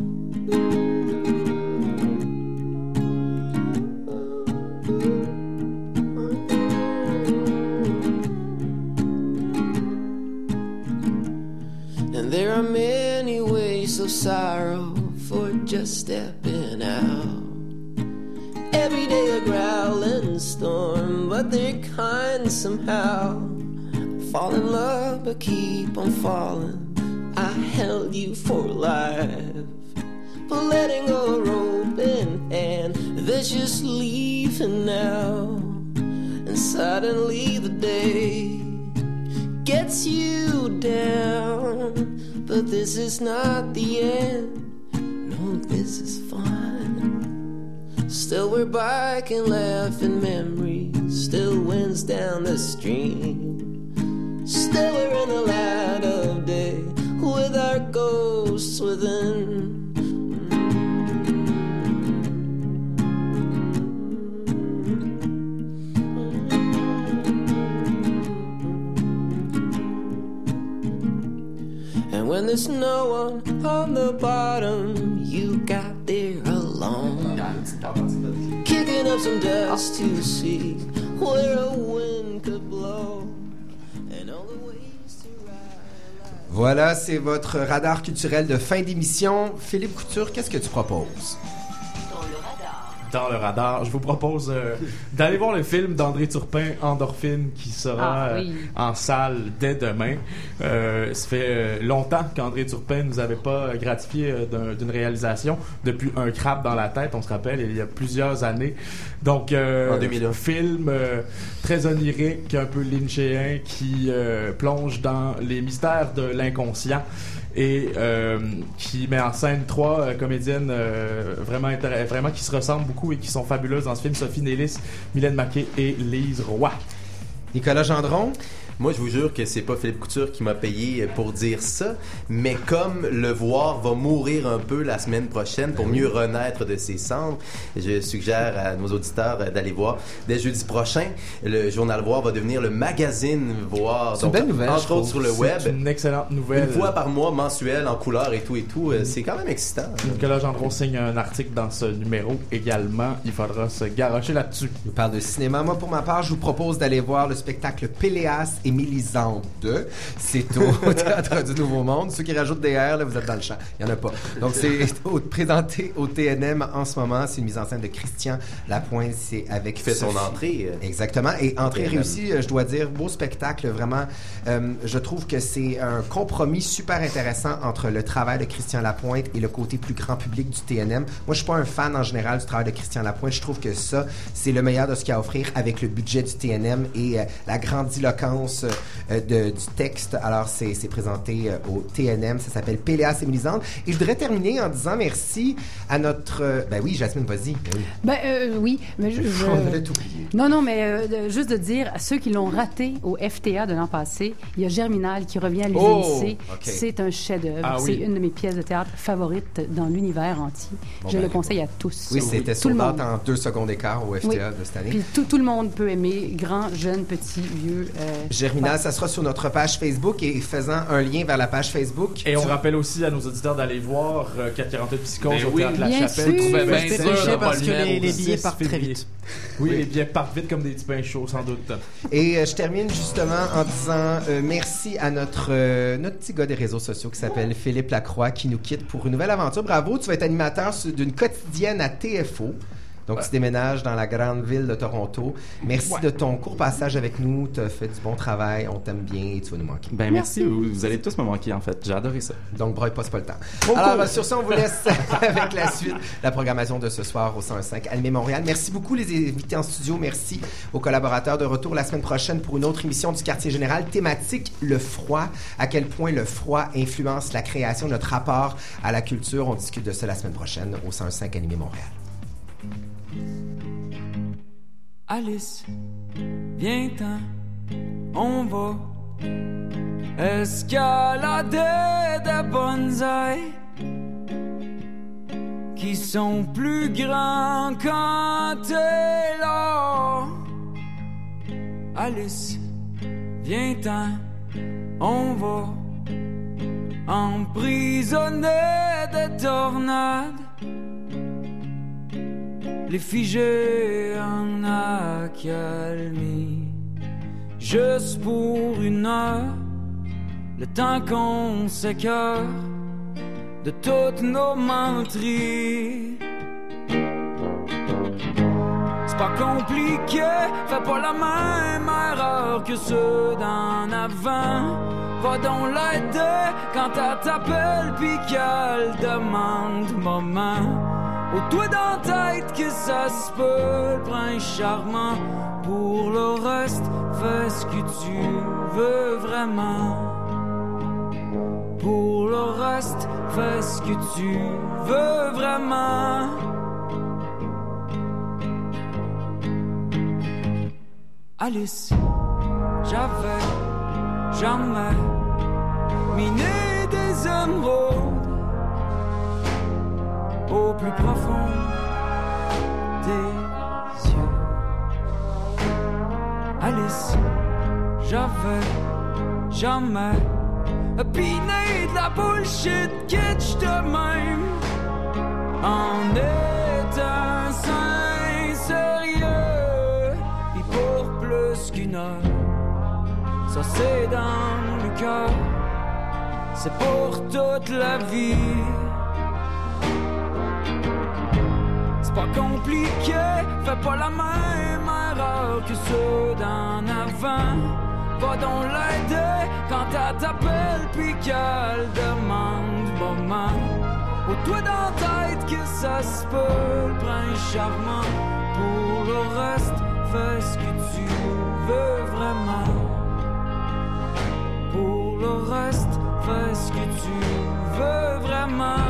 And there are many ways of sorrow for just stepping out. Every day a growling storm, but they're kind somehow. Fall in love, but keep on falling. I held you for life, but letting go of rope in hand, they're just leaving now. And suddenly the day gets you down. But this is not the end. No, this is fun. Still we're biking, laughing memories. Still winds down the stream. Still we're in the light of day with our ghosts within. And when there's no one on the bottom, you got there alone. Kicking up some dust to see where a wind could blow. And all the ways to ride. Voilà, c'est votre radar culturel de fin d'émission. Philippe Couture, qu'est-ce que tu proposes? Dans le radar, je vous propose euh, d'aller voir le film d'André Turpin, Endorphine, qui sera Ah, oui. euh, en salle dès demain. Euh, ça fait euh, longtemps qu'André Turpin nous avait pas gratifié euh, d'un, d'une réalisation depuis Un crabe dans la tête, on se rappelle, il y a plusieurs années. Donc, euh, En deux mille un. film euh, très onirique, un peu lynchéen, qui euh, plonge dans les mystères de l'inconscient. Et euh, qui met en scène trois euh, comédiennes euh, vraiment, intér- vraiment qui se ressemblent beaucoup et qui sont fabuleuses dans ce film. Sophie Nélis, Mylène Maquet et Lise Roy. Nicolas Gendron? Moi, je vous jure que c'est pas Philippe Couture qui m'a payé pour dire ça, mais comme Le Voir va mourir un peu la semaine prochaine pour mieux renaître de ses cendres, je suggère à nos auditeurs d'aller voir. Dès jeudi prochain, le journal Voir va devenir le magazine Voir. C'est une Donc, belle nouvelle, je entre autres trouve. sur le web. C'est une excellente nouvelle. Une fois par mois, mensuel, en couleur et tout et tout. Euh, C'est quand même excitant. Nicolas Gendron signe un article dans ce numéro également. Il faudra se garrocher là-dessus. On parle de cinéma. Moi, pour ma part, je vous propose d'aller voir le spectacle Péléas et Mélisande deux. C'est au Théâtre du Nouveau Monde. Ceux qui rajoutent des R, là, vous êtes dans le champ. Il n'y en a pas. Donc, c'est au- présenté au T N M en ce moment. C'est une mise en scène de Christian Lapointe. C'est avec Qui fait son Sophie. entrée. euh, Exactement. Et entrée T N M. réussie, euh, je dois dire, beau spectacle, vraiment. Euh, je trouve que c'est un compromis super intéressant entre le travail de Christian Lapointe et le côté plus grand public du T N M. Moi, je suis pas un fan en général du travail de Christian Lapointe. Je trouve que ça, c'est le meilleur de ce qu'il y a à offrir avec le budget du T N M et euh, la grandiloquence réponse euh, de, du texte. Alors, c'est, c'est présenté euh, au T N M. Ça s'appelle Péléas et Mélisande. Et je voudrais terminer en disant merci à notre... Euh, ben oui, Jasmine, vas-y. Ben oui, ben, euh, oui mais je... je... On avait tout oublié. Non, non, mais euh, de, juste de dire à ceux qui l'ont raté au F T A de l'an passé, il y a Germinal qui revient à l'U G I C. Oh, okay. C'est un chef-d'œuvre. Ah, c'est oui. une de mes pièces de théâtre favorites dans l'univers entier. Bon, je ben, le conseille à tous. Oui, c'était tout le sold out monde. en deux secondes d'écart au F T A oui. de cette année. Puis tout, tout le monde peut aimer, grand, jeune, petit, vieux. Euh, Germinal, ouais. ça sera sur notre page Facebook et faisant un lien vers la page Facebook. Et on tu... rappelle aussi à nos auditeurs d'aller voir euh, quatre cent quarante-huit Psychose Ben au oui, Théâtre La bien Chapelle. sûr. Ben, ben, C'était sûr, touché là, parce pas que le les, numéro les six billets partent très février. vite. Oui, Oui. les billets partent vite comme des petits pains chauds, sans doute. Et euh, je termine justement en disant euh, merci à notre, euh, notre petit gars des réseaux sociaux qui s'appelle Philippe Lacroix qui nous quitte pour une nouvelle aventure. Bravo, tu vas être animateur sur- d'une quotidienne à T F O. Donc, tu déménages dans la grande ville de Toronto. Merci Ouais. de ton court passage avec nous. Tu as fait du bon travail. On t'aime bien et tu vas nous manquer. Ben merci, vous, vous allez tous me manquer en fait. J'ai adoré ça. Donc, broye pas, c'est pas le temps. Bon Alors, cours. euh, sur ça, on vous laisse avec la suite de la programmation de ce soir au cent un virgule cinq Animé Montréal. Merci beaucoup les invités en studio. Merci aux collaborateurs. De retour la semaine prochaine pour une autre émission du Quartier Général thématique le froid. À quel point le froid influence la création, notre rapport à la culture. On discute de ça la semaine prochaine au cent un virgule cinq Animé Montréal. Alice, viens-t'en, on va escalader de bonsaïs qui sont plus grands quand t'es là. Alice, viens-t'en, on va emprisonner de tornades, les figer en accalmie, juste pour une heure, le temps qu'on s'écœure de toutes nos menteries. C'est pas compliqué, fais pas la même erreur que ceux d'en avant. Va donc l'aider quand elle t'appelle pis qu'elle demande moment. Au toi dans la tête que ça se peut, le prince charmant. Pour le reste, fais ce que tu veux vraiment. Pour le reste, fais ce que tu veux vraiment. Alice, j'avais jamais miné des émeraudes au plus profond des yeux. Alice, j'avais jamais piné de la bullshit kitsch de même en étant sincérieux. Pis pour plus qu'une heure, ça c'est dans le cœur, c'est pour toute la vie. C'est pas compliqué, fais pas la même erreur que ceux d'en avant. Va donc l'aider quand elle t'appelle pis qu'elle demande moment. Au toi dans la tête que ça se peut, le prince charmant. Pour le reste, fais ce que tu veux vraiment. Pour le reste, fais ce que tu veux vraiment.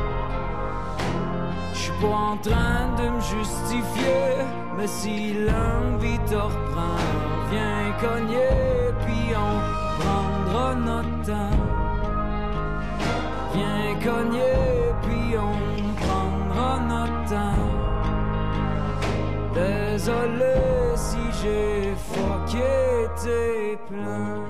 J'suis pas en train de me justifier, mais si l'envie te reprend, viens cogner, puis on prendra notre temps. Viens cogner, puis on prendra notre temps. Désolé si j'ai fucké tes plans.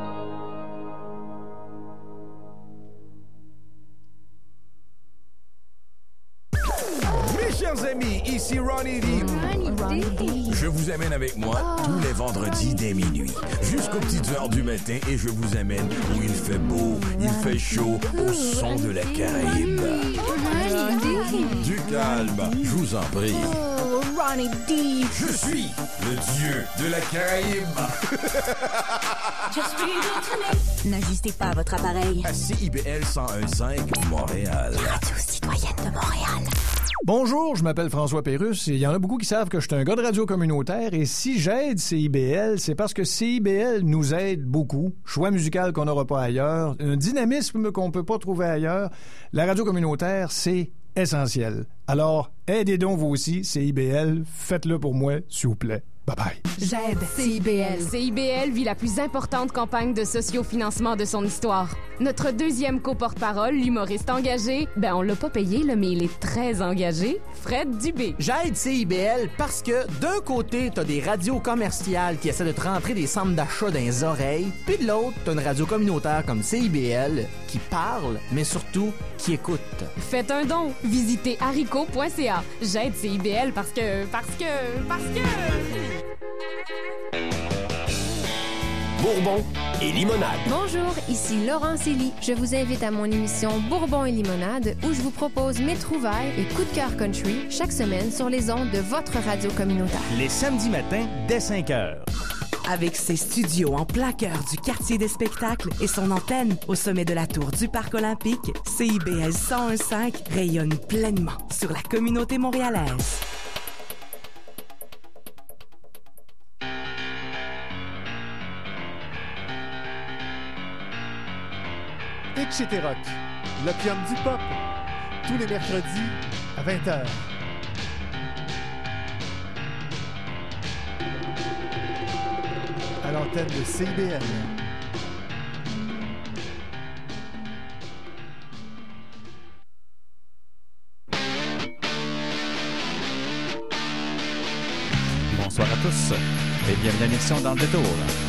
Mes chers amis, ici Ronnie D. Je vous amène avec moi tous les vendredis dès minuit, jusqu'aux petites heures du matin, et je vous amène où il fait beau, il fait chaud, au son de la Caraïbe. Du calme, je vous en prie. Oh, Ronnie D. Je suis le dieu de la Caraïbe. N'ajustez pas votre appareil. À C I B L cent un virgule cinq Montréal. Radio citoyenne de Montréal. Bonjour, je m'appelle François Pérusse et il y en a beaucoup qui savent que je suis un gars de radio communautaire et si j'aide C I B L, c'est parce que C I B L nous aide beaucoup. Choix musical qu'on n'aura pas ailleurs, un dynamisme qu'on peut pas trouver ailleurs. La radio communautaire, c'est essentiel. Alors, aidez donc vous aussi, C I B L, faites-le pour moi, s'il vous plaît. Bye-bye. J'aide C I B L. C I B L vit la plus importante campagne de sociofinancement de son histoire. Notre deuxième co-porte-parole, l'humoriste engagé, ben on l'a pas payé, là, mais il est très engagé, Fred Dubé. J'aide C I B L parce que d'un côté, t'as des radios commerciales qui essaient de te rentrer des centres d'achat dans les oreilles, puis de l'autre, t'as une radio communautaire comme C I B L qui parle, mais surtout qui écoute. Faites un don. Visitez haricot point c a. J'aide C I B L parce que... parce que... parce que... Bourbon et limonade. Bonjour, ici Laurence Elie. Je vous invite à mon émission Bourbon et limonade où je vous propose mes trouvailles et coups de cœur country chaque semaine sur les ondes de votre radio communautaire. Les samedis matins dès cinq heures. Avec ses studios en plein cœur du quartier des spectacles et son antenne au sommet de la tour du Parc olympique, C I B L cent un virgule cinq rayonne pleinement sur la communauté montréalaise. Etc Rock, l'opium du pop, tous les mercredis à vingt heures. À l'antenne de C I B L. Bonsoir à tous et bienvenue à l'émission Dans le détour.